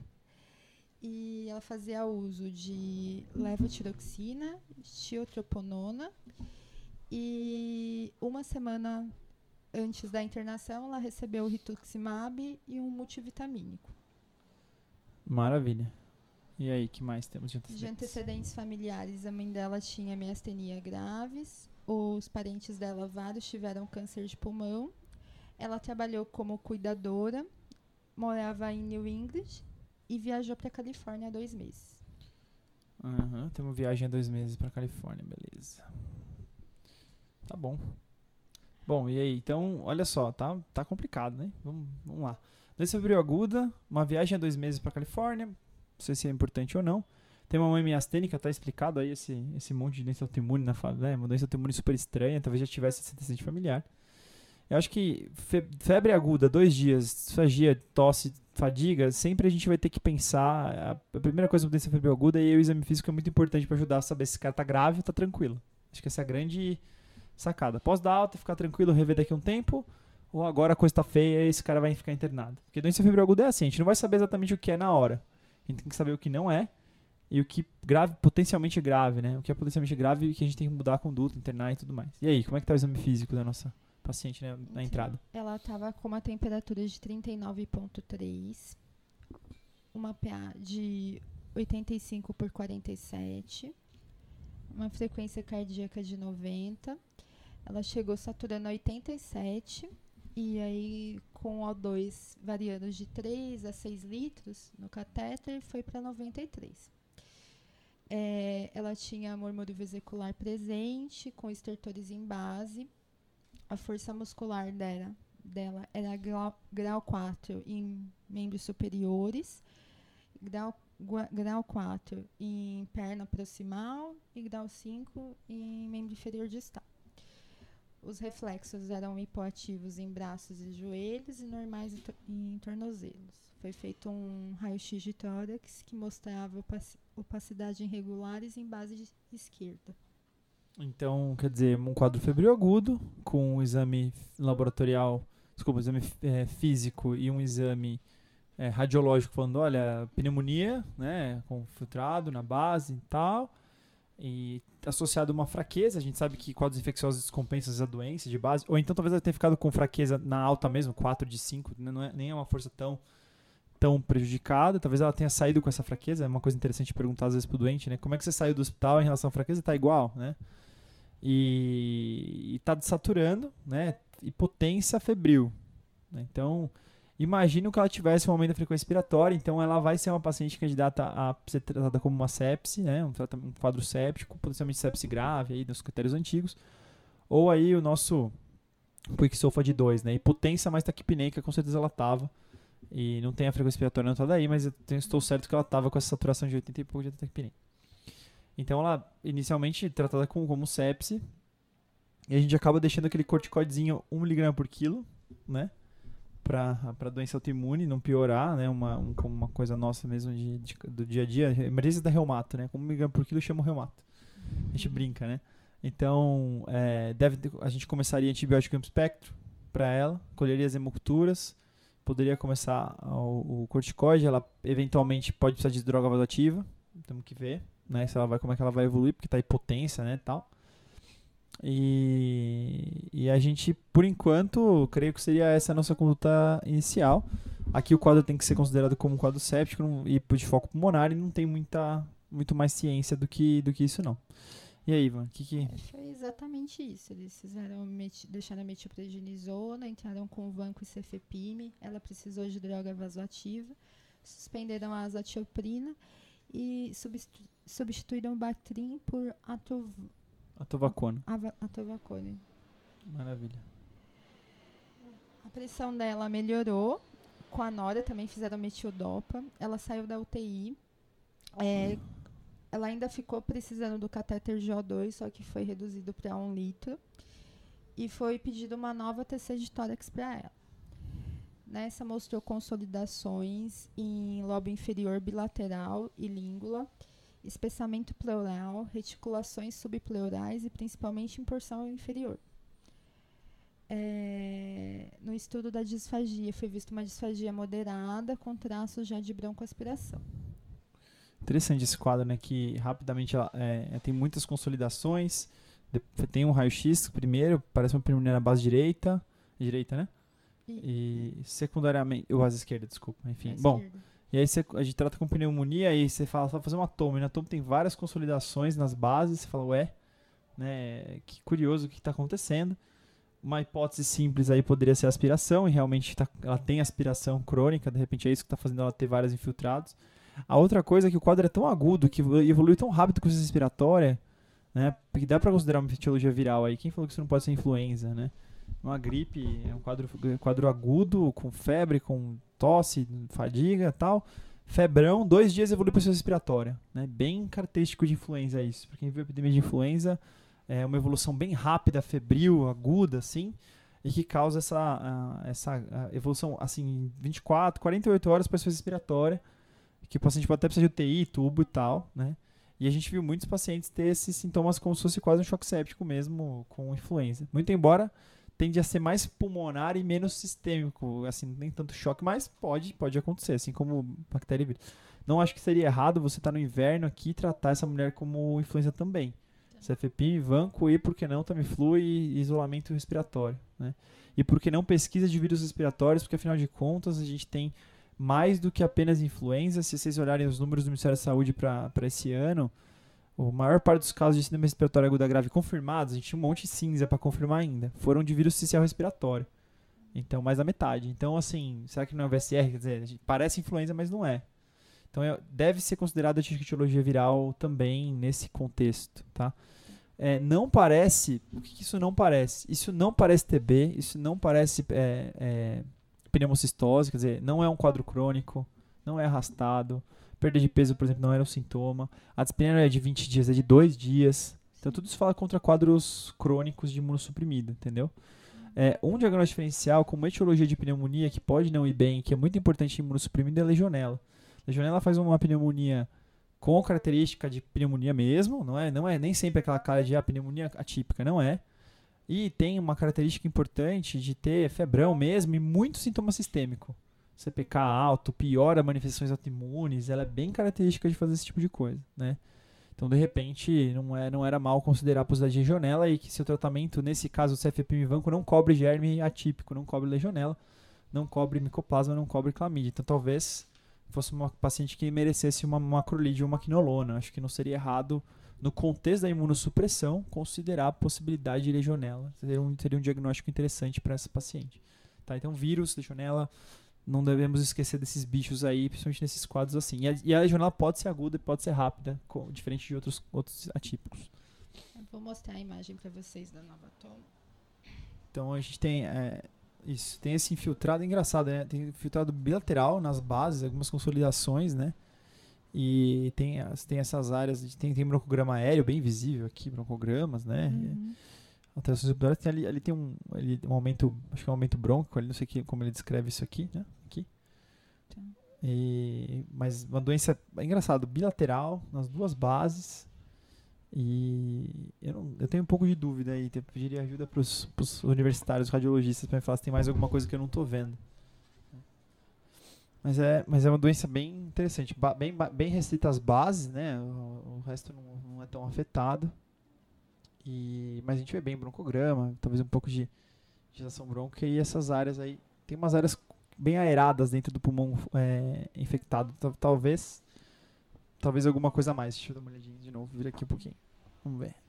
E ela fazia uso de levotiroxina, tiotroponona. E uma semana antes da internação, ela recebeu o rituximab e um multivitamínico. Maravilha. E aí, que mais temos de De antecedentes? antecedentes familiares, a mãe dela tinha miastenia graves, os parentes dela, vários, tiveram câncer de pulmão. Ela trabalhou como cuidadora, morava em New England e viajou para a Califórnia há dois meses. Aham, tem uma viagem há dois meses pra Califórnia, beleza. Tá bom. Bom, e aí? Então, olha só, tá, tá complicado, né? Vamos, vamos lá. Doença febril aguda, uma viagem há dois meses pra Califórnia, não sei se é importante ou não. Tem uma mãe miastênica, tá explicado aí esse, esse monte de doença autoimune na família, né? Uma doença autoimune super estranha, talvez já tivesse esse antecedente familiar. Eu acho que fe- febre aguda, dois dias, disfagia, tosse, fadiga, sempre a gente vai ter que pensar. A, a primeira coisa da doença febril aguda e o exame físico é muito importante para ajudar a saber se esse cara tá grave ou tá tranquilo. Acho que essa é a grande sacada. Posso dar alta, ficar tranquilo, rever daqui a um tempo, ou agora a coisa tá feia e esse cara vai ficar internado. Porque doença febril aguda é assim, a gente não vai saber exatamente o que é na hora. A gente tem que saber o que não é, e o que grave, potencialmente grave, né? O que é potencialmente grave e que a gente tem que mudar a conduta, internar e tudo mais. E aí, como é que tá o exame físico da nossa paciente, né, na Então, entrada? Ela estava com uma temperatura de trinta e nove vírgula três, uma P A de oitenta e cinco por quarenta e sete, uma frequência cardíaca de noventa. Ela chegou saturando oitenta e sete, e aí com O dois variando de três a seis litros no catéter, foi para noventa e três. É, ela tinha murmúrio vesicular presente, com estertores em base. A força muscular dela, dela era grau, grau quatro em membros superiores, grau, grau quatro em perna proximal e grau cinco em membro inferior distal. Os reflexos eram hipoativos em braços e joelhos e normais em, em tornozelos. Foi feito um raio-x de tórax que mostrava opac opacidade irregulares em base esquerda. Então, quer dizer, um quadro febril agudo, com um exame laboratorial, desculpa, um exame é, físico e um exame é, radiológico falando, olha, pneumonia, né, com filtrado na base e tal, e associado a uma fraqueza. A gente sabe que quadros infecciosos descompensam essa doença de base, ou então talvez ela tenha ficado com fraqueza na alta mesmo, quatro de cinco, não é, nem é uma força tão, tão prejudicada, talvez ela tenha saído com essa fraqueza. É uma coisa interessante perguntar às vezes pro doente, né, como é que você saiu do hospital em relação à fraqueza? Tá igual, né? E está desaturando, né? E potência febril, né? Então, imagine que ela tivesse um aumento da frequência respiratória. Então, ela vai ser uma paciente candidata a ser tratada como uma sepse, né? Um, um quadro séptico, potencialmente sepse grave, aí nos critérios antigos. Ou aí o nosso Quicksilva de dois, né? Hipotência mais taquipneica, com certeza ela estava. E não tem a frequência respiratória, não está daí, mas eu tenho, estou certo que ela estava com essa saturação de oitenta e pouco de taquipneica. Então, ela inicialmente tratada com, como sepse, e a gente acaba deixando aquele corticoidezinho um miligrama por quilo, né, para a doença autoimune não piorar, né, uma, um, como uma coisa nossa mesmo de, de, do dia a dia, emergência da reumato, né, como um miligrama por quilo chama o reumato. A gente brinca, né. Então, é, deve ter, a gente começaria antibiótico amplo espectro para ela, colheria as hemoculturas, poderia começar o, o corticoide, ela eventualmente pode precisar de droga vasoativa, temos que ver, né, se ela vai, como é que ela vai evoluir, porque está em potência, né, tal. E, e a gente, por enquanto, creio que seria essa a nossa conduta inicial. Aqui o quadro tem que ser considerado como um quadro séptico não, e de foco pulmonar, e não tem muita, muito mais ciência do que, do que isso, não. E aí, Ivan, o que que... É, foi exatamente isso. Eles fizeram, meti, deixaram a metilprednisona, entraram com o vanco e cefepime, ela precisou de droga vasoativa, suspenderam a azatioprina e substitu substituíram o Bactrim por atov Atovacona. Atovacona. Maravilha. A pressão dela melhorou. Com a Nora também fizeram metildopa. Ela saiu da U T I. É, ela ainda ficou precisando do catéter G O dois, só que foi reduzido para um litro. E foi pedido uma nova T C de tórax para ela. Nessa mostrou consolidações em lobo inferior bilateral e língula, espessamento pleural, reticulações subpleurais e principalmente em porção inferior. É, no estudo da disfagia, foi vista uma disfagia moderada com traços já de broncoaspiração. Interessante esse quadro, né? Que rapidamente ela, é, tem muitas consolidações. Tem um raio-x primeiro, parece uma pneumonia na base direita. Direita, né? E, e secundariamente. Ou base esquerda, desculpa. Enfim. Bom. Esquerda. E aí você, a gente trata com pneumonia e você fala, só fazer uma tomo. E na tomo tem várias consolidações nas bases. Você fala, ué, né? Que curioso o que está acontecendo. Uma hipótese simples aí poderia ser a aspiração. E realmente tá, ela tem aspiração crônica. De repente é isso que está fazendo ela ter vários infiltrados. A outra coisa é que o quadro é tão agudo, que evolui tão rápido com essa respiratória, né? Porque dá para considerar uma etiologia viral aí. Quem falou que isso não pode ser influenza, né? Uma gripe é um quadro, quadro agudo, com febre, com tosse, fadiga e tal. Febrão, dois dias evolui para a respiratória, né? Bem característico de influenza isso. Para quem viu a epidemia de influenza, é uma evolução bem rápida, febril, aguda, assim, e que causa essa, essa evolução, assim, vinte e quatro, quarenta e oito horas para a respiratória, que o paciente pode até precisar de U T I, tubo e tal, né? E a gente viu muitos pacientes ter esses sintomas como se fosse quase um choque séptico mesmo com influenza. Muito embora tende a ser mais pulmonar e menos sistêmico, assim, nem tanto choque, mas pode, pode acontecer, assim como bactéria e vírus. Não acho que seria errado você estar no inverno aqui e tratar essa mulher como influenza também. Cefepime, Vanco e, por que não, Tamiflu e isolamento respiratório, né? E por que não pesquisa de vírus respiratórios, porque afinal de contas a gente tem mais do que apenas influenza. Se vocês olharem os números do Ministério da Saúde para esse ano, a maior parte dos casos de síndrome respiratória aguda grave confirmados, a gente tinha um monte de cinza para confirmar ainda, foram de vírus sincicial respiratório. Então, mais da metade. Então, assim, será que não é o V S R? Quer dizer, parece influenza, mas não é. Então, é, deve ser considerada a etiologia viral também nesse contexto, tá? É, não parece... O que, que isso não parece? Isso não parece T B, isso não parece é, é, pneumocistose, quer dizer, não é um quadro crônico, não é arrastado. Perda de peso, por exemplo, não era um sintoma. A dispneia não é de vinte dias, é de dois dias. Então, tudo isso fala contra quadros crônicos de imunossuprimido, entendeu? É, um diagnóstico diferencial, como etiologia de pneumonia, que pode não ir bem, que é muito importante em imunossuprimido, é a legionela. A legionela faz uma pneumonia com característica de pneumonia mesmo, não é, não é nem sempre aquela cara de ah, pneumonia atípica, não é. E tem uma característica importante de ter febrão mesmo e muito sintoma sistêmico. C P K alto, piora manifestações autoimunes, ela é bem característica de fazer esse tipo de coisa, né? Então, de repente, não, é, não era mal considerar a possibilidade de legionela e que seu tratamento, nesse caso, o Cefepime Vanco, não cobre germe atípico, não cobre legionela, não cobre micoplasma, não cobre clamídia. Então, talvez fosse uma paciente que merecesse uma macrolide ou uma quinolona. Acho que não seria errado, no contexto da imunossupressão, considerar a possibilidade de legionela. Seria um, seria um diagnóstico interessante para essa paciente. Tá? Então, vírus, legionela, não devemos esquecer desses bichos aí, principalmente nesses quadros assim. E a, e a legionela pode ser aguda e pode ser rápida, com, diferente de outros, outros atípicos. Eu vou mostrar a imagem para vocês da nova toma. Então, a gente tem... É, Isso, tem esse infiltrado, é engraçado, né? Tem infiltrado bilateral nas bases, algumas consolidações, né? E tem, as, tem essas áreas, tem, tem broncograma aéreo bem visível aqui, broncogramas, né? Uhum. Alterações subdurais, tem ali, ali tem um, ali, um aumento, acho que é um aumento brônquico, ali, não sei que, como ele descreve isso aqui, né? Aqui. Tá. E, mas uma doença, é engraçado, bilateral, nas duas bases. E eu, não, eu tenho um pouco de dúvida aí, eu pediria ajuda para os universitários, radiologistas, para me falar se tem mais alguma coisa que eu não estou vendo. Mas é, mas é uma doença bem interessante, ba, bem, bem restrita às bases, né? O, o resto não, não é tão afetado. E, mas a gente vê bem broncograma, talvez um pouco de dilatação brônquica e essas áreas aí. Tem umas áreas bem aeradas dentro do pulmão é, infectado, talvez... Talvez alguma coisa a mais. Deixa eu dar uma olhadinha de novo. Vira aqui um pouquinho. Vamos ver.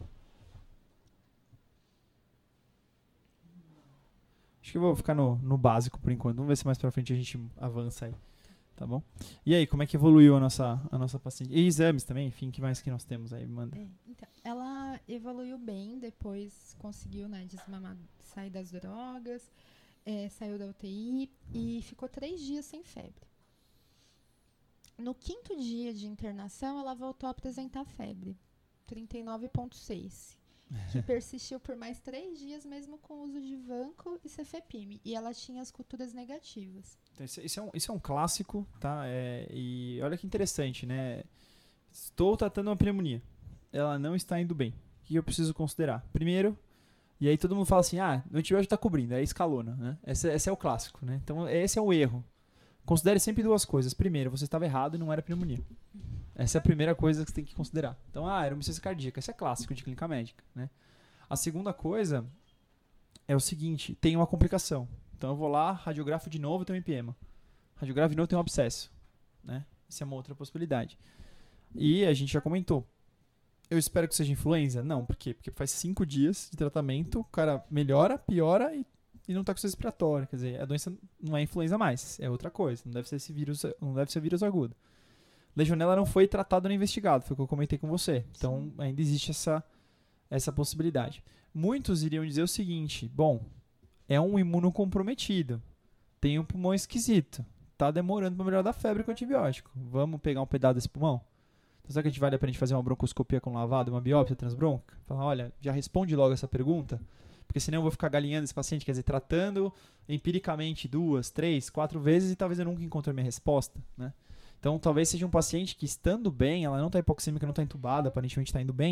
Acho que eu vou ficar no, no básico por enquanto. Vamos ver se mais pra frente a gente avança aí. Tá bom? E aí, como é que evoluiu a nossa, a nossa paciente? E exames também, enfim, que mais que nós temos aí? Manda. É, então, ela evoluiu bem, depois conseguiu, né, desmamar, sair das drogas, é, saiu da U T I e ficou três dias sem febre. No quinto dia de internação, ela voltou a apresentar febre, trinta e nove vírgula seis, que persistiu por mais três dias, mesmo com o uso de Vanco e Cefepime, e ela tinha as culturas negativas. Então, isso, isso, é um, isso é um clássico, tá? É, e olha que interessante, né? Estou tratando uma pneumonia, ela não está indo bem. O que eu preciso considerar? Primeiro, e aí todo mundo fala assim, ah, o antibiótico está cobrindo, aí escalona, né? Esse, esse é o clássico, né? Então, esse é o erro. Considere sempre duas coisas. Primeiro, você estava errado e não era pneumonia. Essa é a primeira coisa que você tem que considerar. Então, ah, era uma insuficiência cardíaca. Isso é clássico de clínica médica, né? A segunda coisa é o seguinte, tem uma complicação. Então, eu vou lá, radiografo de novo, tem um empiema. Radiografo de novo, tem um abscesso, né? Isso é uma outra possibilidade. E a gente já comentou. Eu espero que seja influenza? Não, por quê? Porque faz cinco dias de tratamento, o cara melhora, piora e e não está com seu respiratório, quer dizer, a doença não é influenza mais, é outra coisa, não deve ser esse vírus, não deve ser vírus agudo. Legionela não foi tratado nem investigado, foi o que eu comentei com você. Então, sim, ainda existe essa, essa possibilidade. Muitos iriam dizer o seguinte, bom, é um imunocomprometido, tem um pulmão esquisito, tá demorando para melhorar da febre com antibiótico, vamos pegar um pedaço desse pulmão? Então, será que a gente vale a pena a gente fazer uma broncoscopia com lavado, uma biópsia transbronca? Falar, olha, já responde logo essa pergunta, porque senão eu vou ficar galinhando esse paciente, quer dizer, tratando empiricamente duas, três, quatro vezes e talvez eu nunca encontre a minha resposta, né? Então, talvez seja um paciente que, estando bem, ela não está hipoxêmica, não está entubada, aparentemente está indo bem,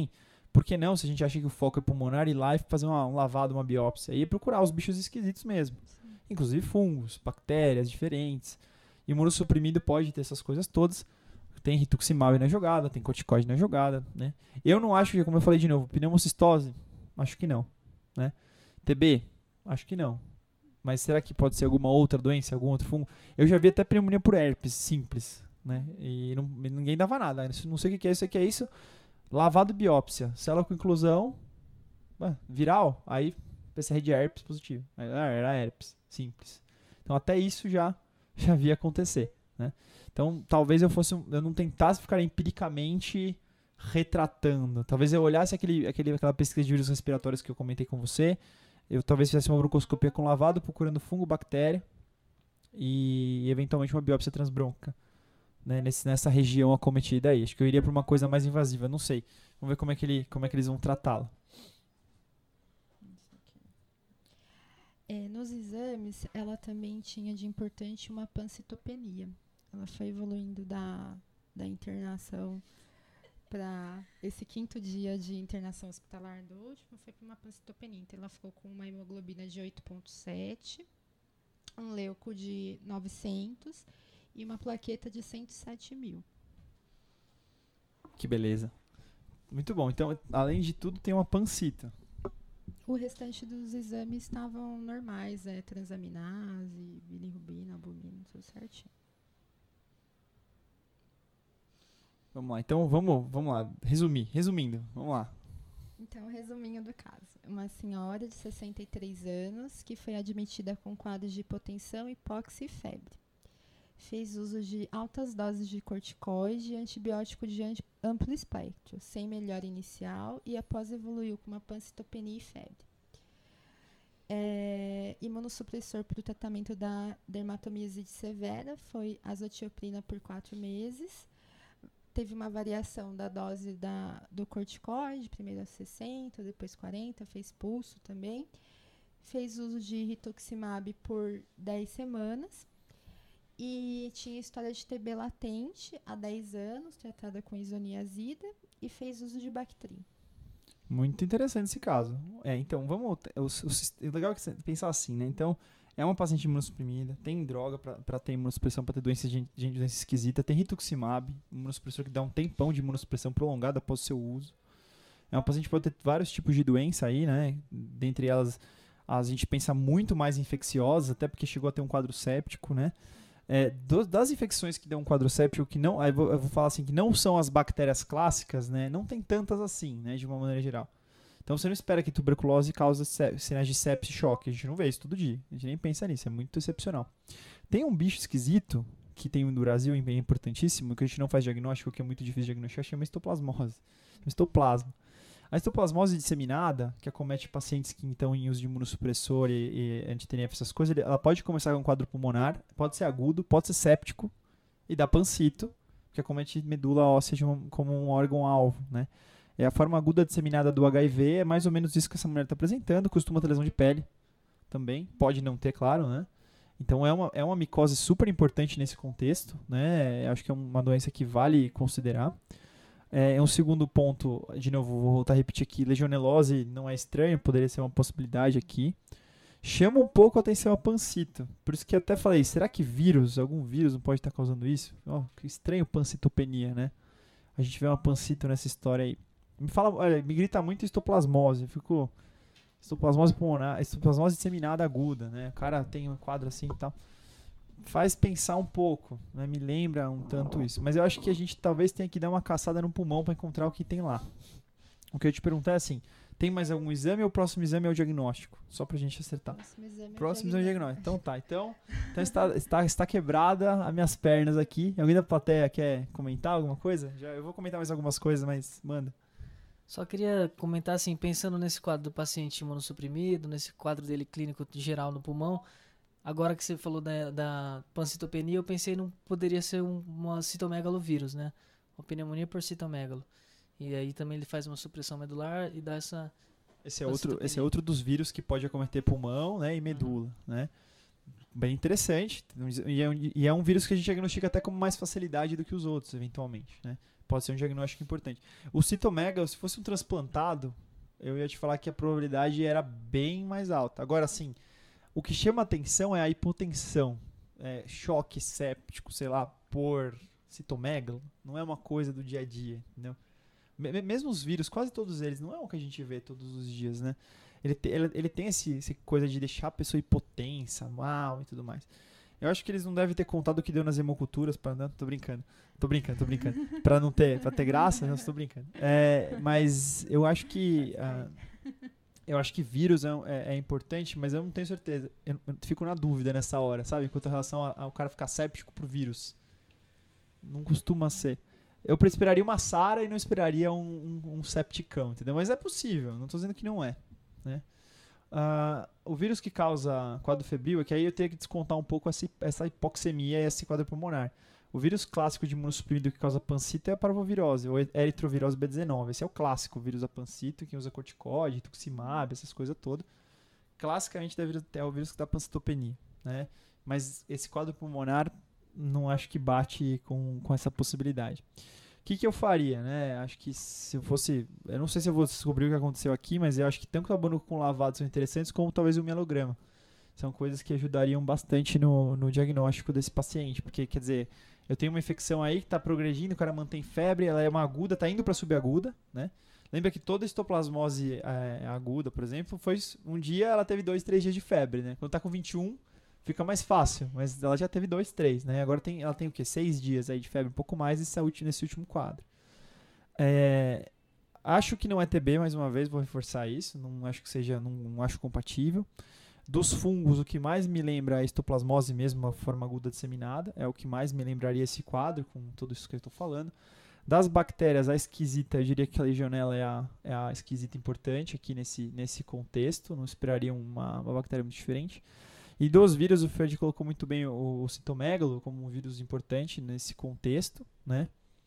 Por que não, se a gente acha que o foco é pulmonar, ir lá e fazer uma, um lavado, uma biópsia? E procurar os bichos esquisitos mesmo. Sim. Inclusive fungos, bactérias diferentes. Imunossuprimido pode ter essas coisas todas. Tem rituximab na jogada, tem corticoide na jogada, né? Eu não acho que, como eu falei de novo, pneumocistose, acho que não, né? T B, acho que não. Mas será que pode ser alguma outra doença, algum outro fungo? Eu já vi até pneumonia por herpes, simples, né? E não, ninguém dava nada. Não sei o que é isso, o que é isso. Lavado biópsia, célula com inclusão, ué, viral, aí P C R de herpes positivo. Era herpes, simples. Então até isso já, já vi acontecer, né? Então talvez eu fosse, eu não tentasse ficar empiricamente retratando. Talvez eu olhasse aquele, aquele, aquela pesquisa de vírus respiratórios que eu comentei com você. Eu talvez fizesse uma broncoscopia com lavado, procurando fungo, bactéria e eventualmente uma biópsia transbrônquica, né, nesse, nessa região acometida aí. Acho que eu iria para uma coisa mais invasiva, não sei. Vamos ver como é que, ele, como é que eles vão tratá-la. É, nos exames, ela também tinha de importante uma pancitopenia. Ela foi evoluindo da, da internação para esse quinto dia de internação hospitalar do último, foi para uma pancitopenia. Então, ela ficou com uma hemoglobina de oito vírgula sete, um leuco de novecentos e uma plaqueta de cento e sete mil. Que beleza. Muito bom. Então, além de tudo, tem uma pancita. O restante dos exames estavam normais, é, transaminase, bilirrubina, albumina, tudo certinho. Vamos lá. Então, vamos, vamos lá. Resumir. Resumindo, vamos lá. Então, resuminho do caso. Uma senhora de sessenta e três anos que foi admitida com quadros de hipotensão, hipóxia e febre. Fez uso de altas doses de corticoide e antibiótico de amplo espectro, sem melhora inicial e após evoluiu com uma pancitopenia e febre. É, imunossupressor para o tratamento da dermatomiosite severa foi azotioprina por quatro meses. Teve uma variação da dose da, do corticoide, primeiro a sessenta, depois quarenta, fez pulso também. Fez uso de rituximab por dez semanas. E tinha história de T B latente há dez anos, tratada com isoniazida, e fez uso de Bactrim. Muito interessante esse caso. É, então, vamos... O, o, o legal é que você pensar assim, né? Então, é uma paciente imunossuprimida, tem droga para ter imunossupressão, para ter doença de, de doença esquisita, tem rituximab, imunossupressor que dá um tempão de imunossupressão prolongada após o seu uso. É uma paciente que pode ter vários tipos de doença aí, né? Dentre elas, a gente pensa muito mais infecciosas, até porque chegou a ter um quadro séptico, né? É, do, das infecções que dão um quadro séptico, que não, eu vou, eu vou falar assim, que não são as bactérias clássicas, né? Não tem tantas assim, né? De uma maneira geral. Então você não espera que tuberculose cause sinais de sepsis e choque. A gente não vê isso todo dia. A gente nem pensa nisso. É muito excepcional. Tem um bicho esquisito que tem no Brasil, é importantíssimo, que a gente não faz diagnóstico, que é muito difícil de diagnosticar, chama histoplasmose. Histoplasma. A histoplasmose disseminada, que acomete pacientes que estão em uso de imunossupressor e, e anti-T N F, essas coisas, ela pode começar com um quadro pulmonar, pode ser agudo, pode ser séptico e dá pancito, que acomete medula óssea de um, como um órgão-alvo, né? É a forma aguda disseminada do H I V, é mais ou menos isso que essa mulher está apresentando, costuma ter lesão de pele também, pode não ter, claro, né? Então é uma, é uma micose super importante nesse contexto, né? Acho que é uma doença que vale considerar. É um segundo ponto, de novo, vou voltar a repetir aqui, legionelose não é estranho, poderia ser uma possibilidade aqui. Chama um pouco a atenção a pancito, por isso que eu até falei, será que vírus, algum vírus não pode estar causando isso? Oh, que estranho pancitopenia, né? A gente vê uma pancito nessa história aí. Me fala, olha, me grita muito histoplasmose, eu fico... Histoplasmose pulmonar, histoplasmose disseminada aguda, né? O cara tem um quadro assim e tal. Faz pensar um pouco, né? Me lembra um tanto isso. Mas eu acho que a gente talvez tenha que dar uma caçada no pulmão para encontrar o que tem lá. O que eu te perguntar é assim, tem mais algum exame ou o próximo exame é o diagnóstico? Só pra gente acertar. Próximo exame, próximo exame é o diagnóstico. Então tá, então, então está, está, está quebrada as minhas pernas aqui. Alguém da plateia quer comentar alguma coisa? Já, eu vou comentar mais algumas coisas, mas manda. Só queria comentar assim, pensando nesse quadro do paciente imunossuprimido, nesse quadro dele clínico geral no pulmão, agora que você falou da, da pancitopenia, eu pensei não poderia ser um, uma citomegalovírus, né? Uma pneumonia por citomegalo. E aí também ele faz uma supressão medular e dá essa... Esse é, outro, esse é outro dos vírus que pode acometer pulmão, né, e medula, uhum. né? Bem interessante. E é, um, e é um vírus que a gente diagnostica até com mais facilidade do que os outros, eventualmente, né? pode ser um diagnóstico importante. O citomegalo, se fosse um transplantado, eu ia te falar que a probabilidade era bem mais alta. Agora, assim, o que chama atenção é a hipotensão. É, choque séptico, sei lá, por citomegalo, não é uma coisa do dia a dia, entendeu? M- mesmo os vírus, quase todos eles, não é o que a gente vê todos os dias, né? Ele, te, ele, ele tem esse, esse coisa de deixar a pessoa hipotensa, mal e tudo mais. Eu acho que eles não devem ter contado o que deu nas hemoculturas, pra, não, tô brincando, tô brincando, tô brincando, pra não ter, pra ter graça, não, tô brincando. É, mas eu acho que... Uh, Eu acho que vírus é, é, é importante, mas eu não tenho certeza. Eu, eu fico na dúvida nessa hora, sabe? Quanto a relação ao cara ficar séptico pro vírus. Não costuma ser. Eu esperaria uma SARA e não esperaria um, um, um septicão, entendeu? Mas é possível, não estou dizendo que não é. Né? Uh, o vírus que causa quadro febril é que aí eu tenho que descontar um pouco essa, essa hipoxemia e esse quadro pulmonar. O vírus clássico de imunossuprimido que causa pancito é a parvovirose, ou eritrovirose B dezenove. Esse é o clássico, o vírus da pancito, que usa corticóide, tuximab, essas coisas todas. Classicamente deve ter o vírus que dá pancitopenia, né? Mas esse quadro pulmonar não acho que bate com, com essa possibilidade. O que, que eu faria, né? Acho que se eu fosse... Eu não sei se eu vou descobrir o que aconteceu aqui, mas eu acho que tanto o abandono com lavado são interessantes, como talvez o mielograma. São coisas que ajudariam bastante no, no diagnóstico desse paciente, porque, quer dizer... Eu tenho uma infecção aí que está progredindo, o cara mantém febre, ela é uma aguda, está indo para subaguda, né? Lembra que toda histoplasmose é, aguda, por exemplo, foi um dia ela teve dois, três dias de febre, né? Quando está com vinte e um, fica mais fácil, mas ela já teve dois, três, né? Agora tem, ela tem o quê? Seis dias aí de febre, um pouco mais nesse, nesse último quadro. É, acho que não é T B, mais uma vez, vou reforçar isso, não acho que seja, não, não acho compatível. Dos fungos, o que mais me lembra é a histoplasmose mesmo, a forma aguda disseminada. É o que mais me lembraria esse quadro, com tudo isso que eu estou falando. Das bactérias, a esquisita, eu diria que a legionela é a, é a esquisita importante aqui nesse, nesse contexto. Não esperaria uma, uma bactéria muito diferente. E dos vírus, o Fred colocou muito bem o, o citomegalo como um vírus importante nesse contexto, né?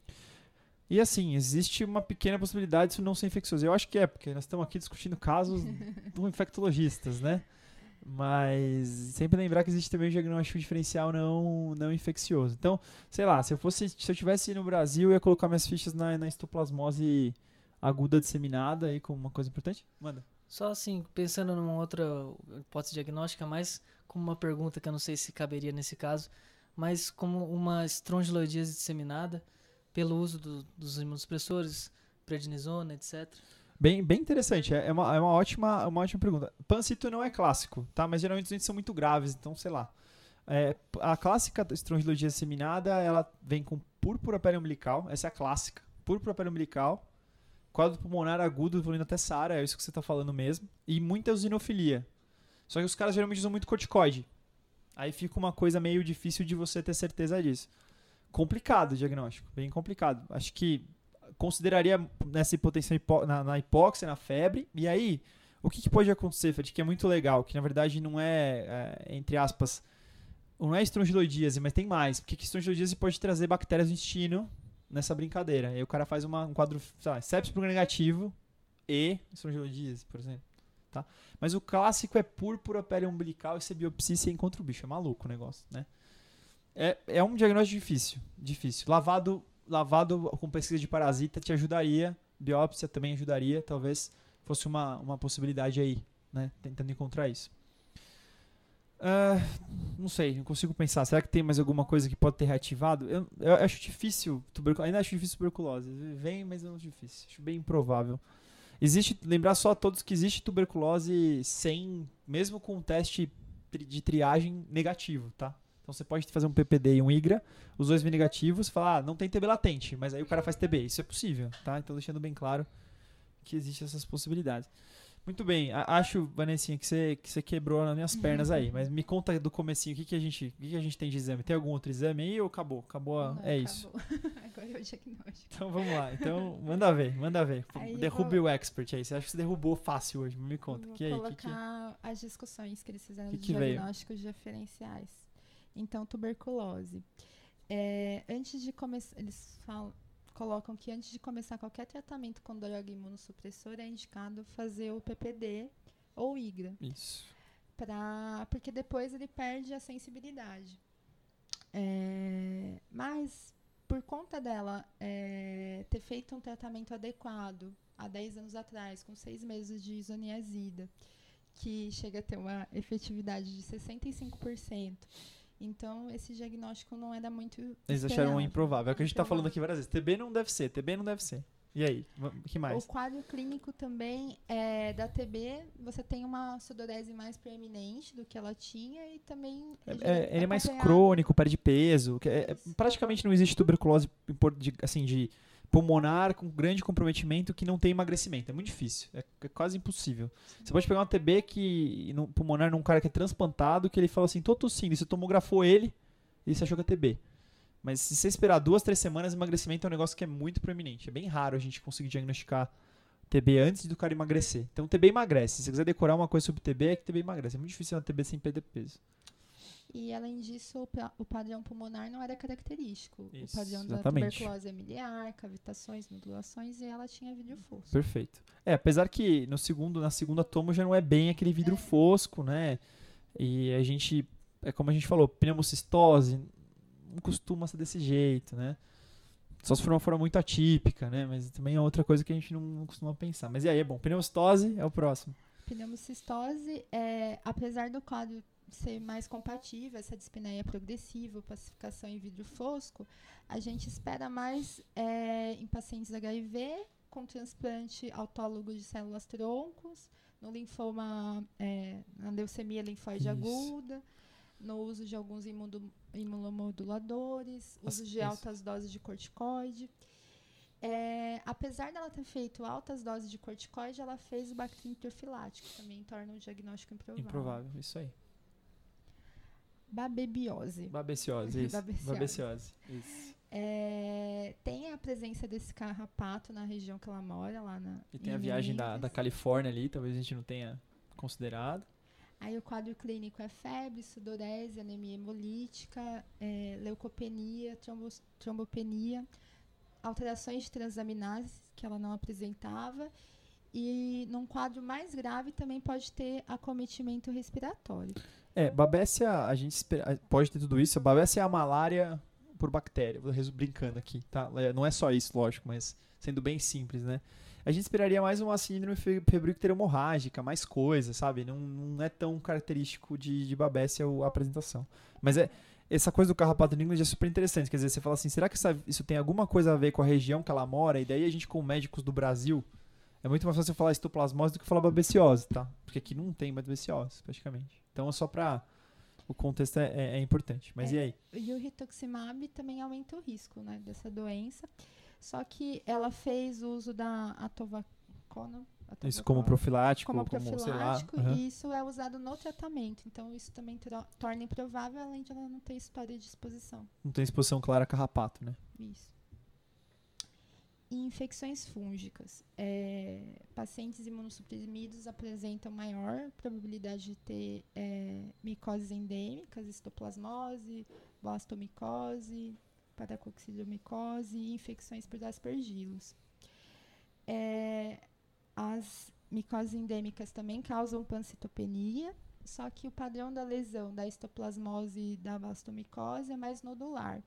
E assim, existe uma pequena possibilidade disso não ser infeccioso. Eu acho que é, porque nós estamos aqui discutindo casos do infectologistas, né? Mas sempre lembrar que existe também um diagnóstico diferencial não, não infeccioso. Então, sei lá, se eu fosse, se eu tivesse no Brasil, eu ia colocar minhas fichas na, na histoplasmose aguda disseminada aí como uma coisa importante. Manda. Só assim, pensando numa outra hipótese diagnóstica, mais como uma pergunta que eu não sei se caberia nesse caso, mas como uma estrongiloidíase disseminada pelo uso do, dos imunossupressores, prednisona, etcétera. Bem, bem interessante, é uma, é uma, ótima, uma ótima pergunta. Pancito não é clássico, tá? Mas geralmente os doentes são muito graves, então sei lá. É, a clássica estrongiloidíase disseminada, ela vem com púrpura periumbilical, essa é a clássica, púrpura periumbilical, quadro pulmonar agudo, evoluindo até SARA, é isso que você está falando mesmo, e muita eosinofilia. Só que os caras geralmente usam muito corticoide. Aí fica uma coisa meio difícil de você ter certeza disso. Complicado o diagnóstico, bem complicado. Acho que consideraria nessa hipotensão hipo, na, na hipóxia, na febre. E aí, o que, que pode acontecer, Fred, que é muito legal, que na verdade não é, é entre aspas, não é estrongiloidíase, mas tem mais. Porque que estrongiloidíase pode trazer bactérias do intestino nessa brincadeira. Aí o cara faz uma, um quadro, sei lá, sepsis por negativo e estrongiloidíase, por exemplo. Tá? Mas o clássico é púrpura periumbilical e você biopsia e você encontra o bicho. É maluco o negócio, né? É, é um diagnóstico difícil, difícil. Lavado, lavado com pesquisa de parasita te ajudaria, biópsia também ajudaria, talvez fosse uma, uma possibilidade aí, né? Tentando encontrar isso. Uh, não sei, não consigo pensar. Será que tem mais alguma coisa que pode ter reativado? Eu, eu acho difícil, tuberculose, ainda acho difícil tuberculose. Vem, mas não é difícil. Acho bem improvável. Existe, lembrar só a todos que existe tuberculose sem, mesmo com um teste de triagem negativo, tá? Então você pode fazer um P P D e um IGRA, os dois vêm negativos, falar, ah, não tem T B latente, mas aí o cara faz T B. Isso é possível, tá? Então deixando bem claro que existem essas possibilidades. Muito bem, a, acho, Vanessinha, que você, que você quebrou nas minhas pernas aí, mas me conta do comecinho, o que, que, a gente, o que, que a gente tem de exame? Tem algum outro exame aí ou acabou? Acabou, a, Não, é acabou. isso. Agora é o diagnóstico. Então vamos lá, então manda ver, manda ver. Aí Derrube vou- o expert aí, você acha que você derrubou fácil hoje? Me conta, Vou que aí, que colocar que... as discussões que eles fizeram que de que veio? diagnósticos diferenciais. Então, tuberculose. É, antes de começar, eles falam, colocam que antes de começar qualquer tratamento com droga imunossupressora é indicado fazer o P P D ou IGRA, Isso. pra, porque depois ele perde a sensibilidade. É, mas por conta dela é, ter feito um tratamento adequado há dez anos atrás, com seis meses de isoniazida, que chega a ter uma efetividade de sessenta e cinco por cento. Então, esse diagnóstico não era muito Eles acharam esperado. improvável. É o que a gente tá falando Improvável. aqui várias vezes. T B não deve ser, T B não deve ser. E aí? O que mais? O quadro clínico também é da T B, você tem uma sudorese mais preeminente do que ela tinha e também... É, já é, ele é mais acompanhado- crônico, perde peso. que é- é- Isso. praticamente não existe tuberculose impor- de, assim, de pulmonar com grande comprometimento que não tem emagrecimento. É muito difícil. É, é quase impossível. Você pode pegar uma T B que, no, pulmonar num cara que é transplantado, que ele fala assim, tô tossindo, e você tomografou ele e você achou que é T B. Mas se você esperar duas, três semanas, emagrecimento é um negócio que é muito proeminente. É bem raro a gente conseguir diagnosticar T B antes do cara emagrecer. Então T B emagrece. Se você quiser decorar uma coisa sobre T B, é que T B emagrece. É muito difícil uma T B sem perder peso. E, além disso, o, pa- o padrão pulmonar não era característico. Isso, o padrão da exatamente. tuberculose é miliar, cavitações, nodulações, e ela tinha vidro fosco. Perfeito. É, apesar que no segundo, na segunda tomo já não é bem aquele vidro fosco, né? E a gente, é como a gente falou, pneumocistose não costuma ser desse jeito, né? Só se for uma forma muito atípica, né? Mas também é outra coisa que a gente não, não costuma pensar. Mas e aí, é bom. Pneumocistose é o próximo. Pneumocistose, é, apesar do quadro ser mais compatível, essa dispneia progressiva, pacificação em vidro fosco, a gente espera mais é, em pacientes H I V com transplante autólogo de células troncos, no linfoma, é, na leucemia linfóide Isso. aguda, no uso de alguns imuno- imunomoduladores, As- uso de isso. altas doses de corticoide. É, apesar dela ter feito altas doses de corticoide, ela fez o Bactrim profilático, também torna o diagnóstico improvável. Improvável, isso aí. Babebiose. Babeciose, isso. Babeciose. Babeciose. Isso. É, tem a presença desse carrapato na região que ela mora, lá na E tem em a viagem da, Memphis. da Califórnia ali, talvez a gente não tenha considerado. Aí o quadro clínico é febre, sudorese, anemia hemolítica, é, leucopenia, trombos- trombopenia, alterações de transaminases que ela não apresentava. E num quadro mais grave também pode ter acometimento respiratório. É, babécia, a gente espera- pode ter tudo isso. A babécia é a malária por bactéria. Vou resu- brincando aqui, tá? É, não é só isso, lógico, mas sendo bem simples, né? A gente esperaria mais uma síndrome fe- febrícula hemorrágica, mais coisa, sabe? Não, não é tão característico de, de babécia a apresentação. Mas é, essa coisa do carrapato New England é super interessante. Quer dizer, você fala assim, será que essa- isso tem alguma coisa a ver com a região que ela mora? E daí a gente, com médicos do Brasil, é muito mais fácil falar histoplasmose do que falar babeciose, tá? Porque aqui não tem babeciose, praticamente. Então, é só pra... O contexto é, é- é importante. Mas É. e aí? E o rituximab também aumenta o risco, né, dessa doença. Só que ela fez uso da atovacona. Isso como atovacona, profilático, como como, sei lá. profilático, aham. e isso é usado no tratamento. Então, isso também tro- torna improvável, além de ela não ter história de exposição. Não tem exposição clara a carrapato, né? Isso. E infecções fúngicas. É, pacientes imunossuprimidos apresentam maior probabilidade de ter é, micoses endêmicas, histoplasmose, blastomicose, paracoccidiomicose e infecções por aspergilos. É, as micoses endêmicas também causam pancitopenia, só que o padrão da lesão da histoplasmose e da blastomicose é mais nodular.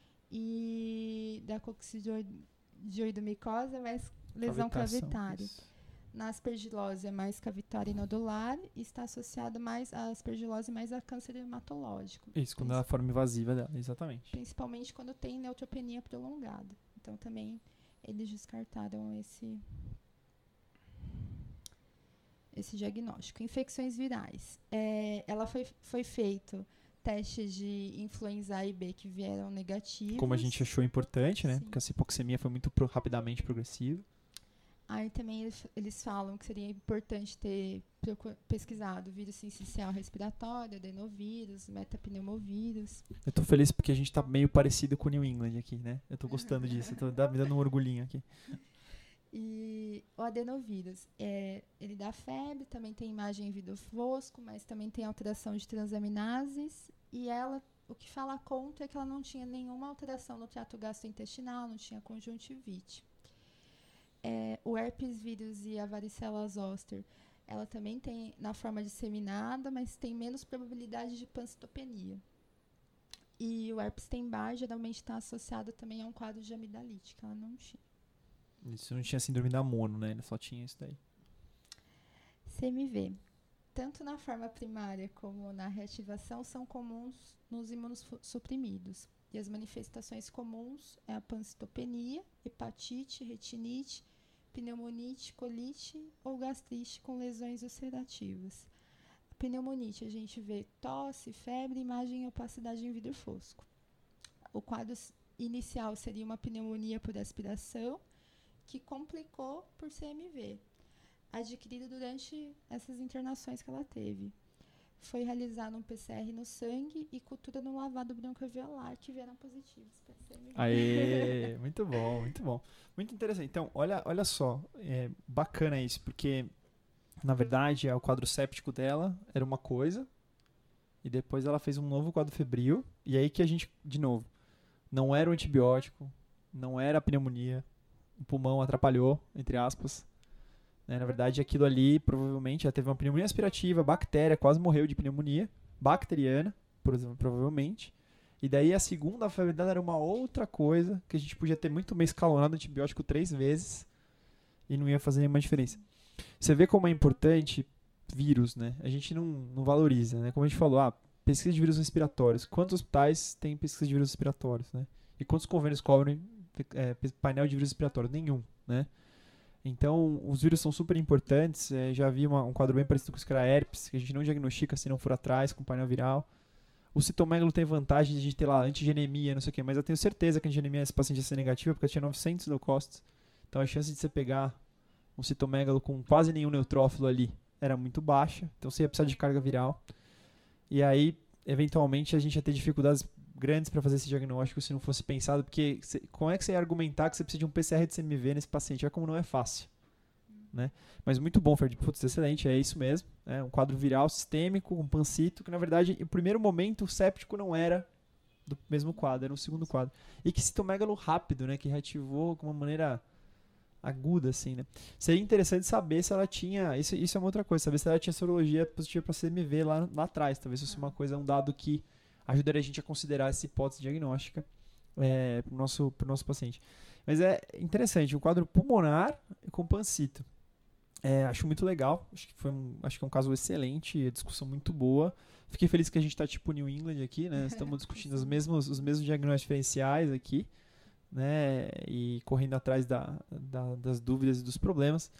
E da coccidioidomicose é mais lesão Cavitação, cavitária. isso. Na aspergilose é mais cavitária e nodular e está associada mais à aspergilose mais a câncer hematológico. Isso, quando é a forma invasiva dela, exatamente. Principalmente quando tem neutropenia prolongada. Então também eles descartaram esse esse diagnóstico. Infecções virais. É, ela foi, foi feito testes de influenza A e B que vieram negativos. Como a gente achou importante, né? Sim. Porque essa hipoxemia foi muito pro- rapidamente progressiva. Aí também eles, eles falam que seria importante ter procu- pesquisado vírus sincicial respiratório, adenovírus, metapneumovírus. Eu tô feliz porque a gente tá meio parecido com o New England aqui, né? Eu tô gostando disso, eu tô dá- me dando um orgulhinho aqui. E o adenovírus, é, ele dá febre, também tem imagem em vidro fosco, mas também tem alteração de transaminases. E ela, o que fala contra é que ela não tinha nenhuma alteração no trato gastrointestinal, não tinha conjuntivite. É, o herpes vírus e a varicela zoster, ela também tem na forma disseminada, mas tem menos probabilidade de pancitopenia. E o Epstein-Barr geralmente está associado também a um quadro de amidalite, que ela não tinha. Isso não tinha síndrome da mono, né? Ela só tinha isso daí. C M V. Tanto na forma primária como na reativação são comuns nos imunossuprimidos. E as manifestações comuns é a pancitopenia, hepatite, retinite, pneumonite, colite ou gastrite com lesões ulcerativas. A pneumonite a gente vê tosse, febre, imagem e opacidade em vidro fosco. O quadro inicial seria uma pneumonia por aspiração que complicou por C M V, adquirido durante essas internações que ela teve. Foi realizado um P C R no sangue e cultura no lavado bronquioalveolar, que vieram positivos para C M V. Aê, muito bom, muito bom. Muito interessante. Então, olha, olha só, é bacana isso, porque, na verdade, o quadro séptico dela era uma coisa, e depois ela fez um novo quadro febril, e aí que a gente, de novo, não era o antibiótico, não era a pneumonia, o pulmão atrapalhou, entre aspas. Né? Na verdade, aquilo ali, provavelmente, ela teve uma pneumonia aspirativa, bactéria, quase morreu de pneumonia, bacteriana, por exemplo, provavelmente. E daí a segunda febre dela era uma outra coisa, que a gente podia ter muito bem escalonado antibiótico três vezes e não ia fazer nenhuma diferença. Você vê como é importante vírus, né? A gente não, não valoriza, né? Como a gente falou, ah, pesquisa de vírus respiratórios. Quantos hospitais têm pesquisa de vírus respiratórios, né? E quantos convênios cobrem é, painel de vírus respiratórios? Nenhum, né? Então, os vírus são super importantes. É, já vi uma, um quadro bem parecido com o Scra herpes, que a gente não diagnostica se não for atrás com painel viral. O citomegalo tem vantagem de a gente ter lá antigenemia, não sei o quê, mas eu tenho certeza que a antigenemia esse paciente ia ser negativa, porque eu tinha novecentos leucócitos. Então, a chance de você pegar um citomegalo com quase nenhum neutrófilo ali era muito baixa. Então, você ia precisar de carga viral. E aí, eventualmente, a gente ia ter dificuldades grandes para fazer esse diagnóstico se não fosse pensado, porque cê, como é que você ia argumentar que você precisa de um P C R de C M V nesse paciente? É como não é fácil, né? Mas muito bom, Fred, putz, excelente, é isso mesmo, é um quadro viral sistêmico, um pancito, que na verdade, em primeiro momento, o séptico não era do mesmo quadro, era um segundo quadro, e que citomegalo rápido, né, que reativou com uma maneira aguda, assim, né? Seria interessante saber se ela tinha, isso, isso é uma outra coisa, saber se ela tinha sorologia positiva para C M V lá, lá atrás, talvez fosse uma coisa, um dado que ajudaria a gente a considerar essa hipótese diagnóstica é, para o nosso, pro nosso paciente. Mas é interessante, o quadro pulmonar com pancito. É, acho muito legal, acho que, foi um, acho que é um caso excelente, discussão muito boa. Fiquei feliz que a gente está tipo New England aqui, né? Estamos discutindo os mesmos, os mesmos diagnósticos diferenciais aqui, né? E correndo atrás da, da, das dúvidas e dos problemas.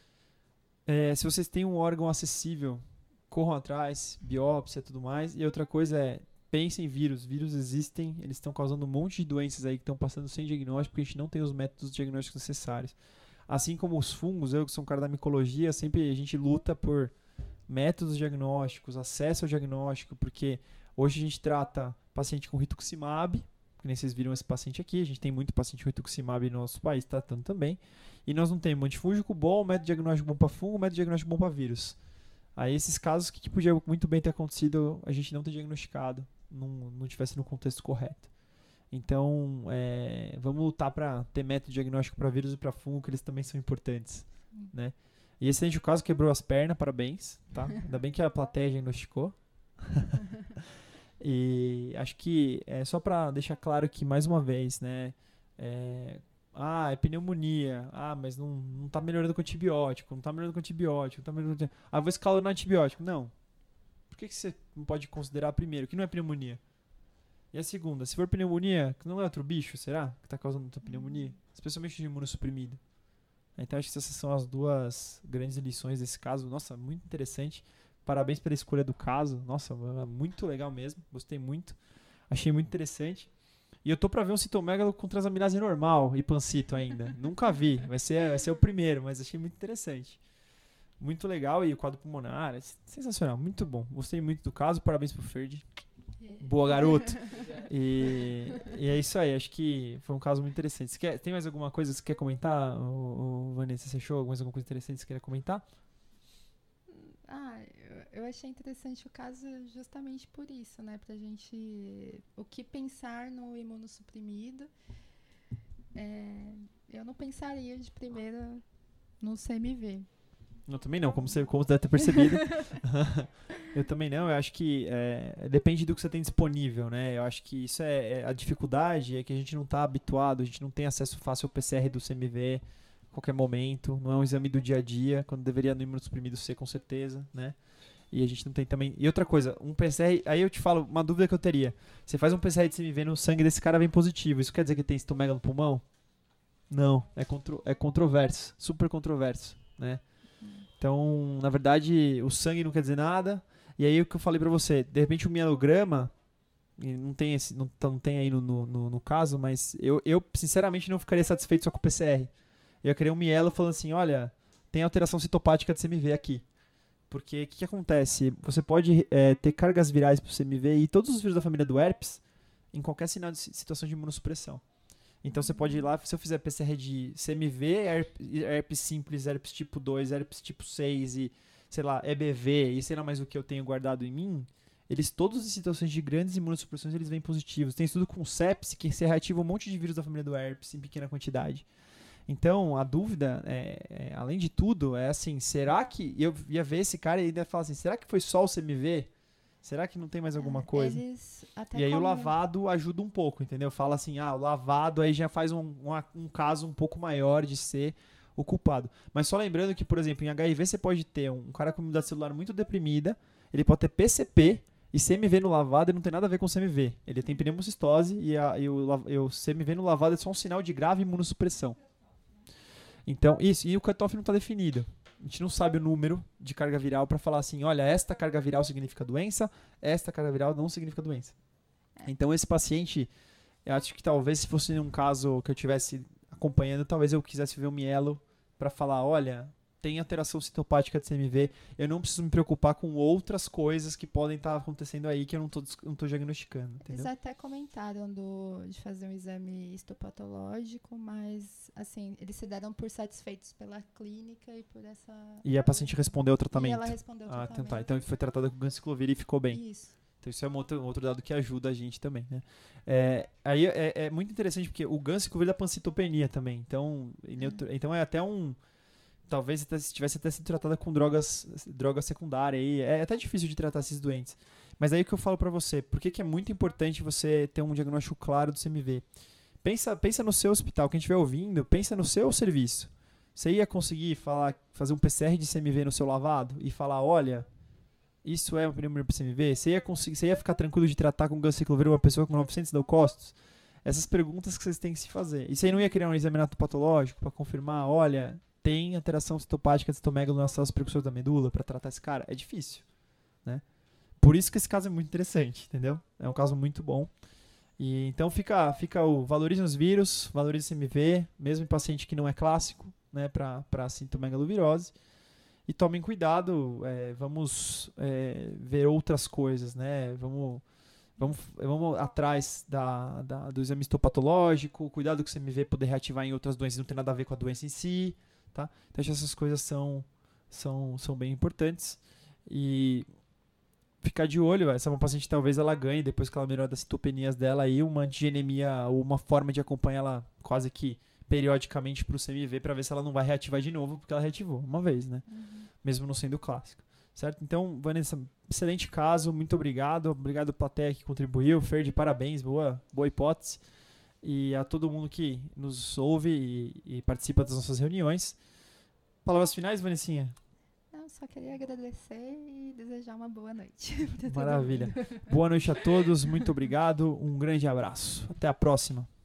É, se vocês têm um órgão acessível, corram atrás, biópsia e tudo mais. E outra coisa é, pensem em vírus. Vírus existem, eles estão causando um monte de doenças aí que estão passando sem diagnóstico, porque a gente não tem os métodos diagnósticos necessários. Assim como os fungos, eu que sou um cara da micologia, sempre a gente luta por métodos diagnósticos, acesso ao diagnóstico, porque hoje a gente trata paciente com rituximab, que nem vocês viram esse paciente aqui, a gente tem muito paciente com rituximab no nosso país tratando também, e nós não temos antifúngico bom, método diagnóstico bom para fungo, método diagnóstico bom para vírus. Aí esses casos que, que podia muito bem ter acontecido, a gente não ter diagnosticado, não, não tivesse no contexto correto. Então, é, vamos lutar para ter método diagnóstico para vírus e para fungo, que eles também são importantes, hum. né? E excelente o caso, quebrou as pernas, parabéns, tá? Ainda bem que a plateia diagnosticou. E acho que é só para deixar claro que, mais uma vez, né? É, ah, é pneumonia. Ah, mas não, não tá melhorando com antibiótico, não tá melhorando com antibiótico, não tá melhorando com... Ah, vou escalonar antibiótico. Não. Por que, que você não pode considerar primeiro que não é pneumonia? E a segunda, se for pneumonia, não é outro bicho, será? Que está causando outra pneumonia? Especialmente de imunossuprimido. Então acho que essas são as duas grandes lições desse caso. Nossa, muito interessante. Parabéns pela escolha do caso. Nossa, muito legal mesmo. Gostei muito. Achei muito interessante. E eu tô para ver um citomegalo com transaminase normal e pancito ainda. Nunca vi. Vai ser, vai ser o primeiro, mas achei muito interessante. Muito legal. E o quadro pulmonar, é sensacional. Muito bom. Gostei muito do caso. Parabéns pro Ferdi. Boa, garoto. E, e é isso aí. Acho que foi um caso muito interessante. Você quer, tem mais alguma coisa que você quer comentar, o, o Vanessa? Você achou mais alguma coisa interessante que você queria comentar? Ah, eu, eu achei interessante o caso justamente por isso, né? Pra gente... O que pensar no imunossuprimido. É, eu não pensaria de primeira no C M V. Eu também não, como você, como você deve ter percebido. Eu também não, eu acho que é, depende do que você tem disponível, né? Eu acho que isso é, é a dificuldade, é que a gente não está habituado, a gente não tem acesso fácil ao P C R do C M V a qualquer momento, não é um exame do dia a dia, quando deveria no imunossuprimido ser, com certeza, né? E a gente não tem também... E outra coisa, um P C R... Aí eu te falo, uma dúvida que eu teria. Você faz um P C R de C M V no sangue desse cara vem positivo, isso quer dizer que ele tem citomega no pulmão? Não, é, contro, é controverso, super controverso, né? Então, na verdade, o sangue não quer dizer nada. E aí o que eu falei pra você, de repente o mielograma, e não tem, esse, não, não tem aí no, no, no caso, mas eu, eu sinceramente não ficaria satisfeito só com o P C R. Eu ia querer um mielo falando assim, olha, tem alteração citopática de C M V aqui. Porque o que, que acontece? Você pode é, ter cargas virais pro C M V e todos os vírus da família do herpes em qualquer sinal de situação de imunossupressão. Então você pode ir lá, se eu fizer P C R de C M V, herpes, herpes simples, herpes tipo dois, herpes tipo seis e, sei lá, E B V e sei lá mais o que eu tenho guardado em mim, eles todos em situações de grandes imunossupressões eles vêm positivos. Tem estudo com sepse que se reativa um monte de vírus da família do herpes em pequena quantidade. Então, a dúvida, é, é, além de tudo, é assim, será que... Eu ia ver esse cara e ainda falar assim, será que foi só o C M V? Será que não tem mais alguma coisa? Eles até E aí como- o lavado ajuda um pouco, entendeu? Fala assim, ah, o lavado aí já faz um, um, um caso um pouco maior de ser o culpado. Mas só lembrando que, por exemplo, em H I V você pode ter um cara com imunidade celular muito deprimida, ele pode ter P C P e C M V no lavado e não tem nada a ver com C M V. Ele tem pneumocistose e, a, e, o, e o C M V no lavado é só um sinal de grave imunossupressão. Então, isso. E o cutoff não está definido. A gente não sabe o número de carga viral para falar assim, olha, esta carga viral significa doença, esta carga viral não significa doença. Então, esse paciente, eu acho que talvez se fosse um caso que eu estivesse acompanhando, talvez eu quisesse ver o mielo para falar, olha, tem alteração citopática de C M V, eu não preciso me preocupar com outras coisas que podem estar acontecendo aí que eu não estou não tô diagnosticando, entendeu? Eles até comentaram do, de fazer um exame histopatológico, mas, assim, eles se deram por satisfeitos pela clínica e por essa... E a paciente respondeu ao E tratamento. ela respondeu o Ah, então tratamento. tá. Então ele foi tratada com ganciclovir e ficou bem. Isso. Então isso é um outro, um outro dado que ajuda a gente também, né? É, aí é, é muito interessante porque o ganciclovir dá pancitopenia também. Então, e neutro- então é até um... Talvez até se tivesse até sido tratada com drogas, drogas secundárias aí. É até difícil de tratar esses doentes. Mas aí o que eu falo pra você, por que que é muito importante você ter um diagnóstico claro do C M V? Pensa, pensa no seu hospital, quem estiver ouvindo, pensa no seu serviço. Você ia conseguir falar, fazer um P C R de C M V no seu lavado e falar, olha, isso é um primeiro C M V? Você ia, conseguir, você ia ficar tranquilo de tratar com ganciclovir uma pessoa com novecentos leucócitos? Essas perguntas que vocês têm que se fazer. E você não ia criar um exame patológico para confirmar, olha, tem alteração citopática de citomegalo nas células precursoras da medula para tratar esse cara? É difícil, né? Por isso que esse caso é muito interessante, entendeu? É um caso muito bom. E então fica, fica o valorize os vírus, valorize o C M V, mesmo em paciente que não é clássico, né, para citomegalovirose. E tomem cuidado, é, vamos é, ver outras coisas, né? Vamos, vamos, vamos atrás da, da, do exame histopatológico, cuidado com o C M V poder reativar em outras doenças, não tem nada a ver com a doença em si, tá? Então acho que essas coisas são, são, são bem importantes. E ficar de olho, essa é uma paciente talvez ela ganhe, depois que ela melhora das citopenias dela, aí uma antigenemia ou uma forma de acompanhar ela quase que periodicamente para o C M V para ver se ela não vai reativar de novo, porque ela reativou uma vez, né? Uhum. Mesmo não sendo clássico, certo? Então, Vanessa, excelente caso, muito obrigado, obrigado plateia que contribuiu, Ferdi, parabéns, boa, boa hipótese, e a todo mundo que nos ouve e, e participa das nossas reuniões. Palavras finais, Vanessinha? Não, só queria agradecer e desejar uma boa noite. pra todo Maravilha. mundo. Boa noite a todos, muito obrigado, um grande abraço, até a próxima.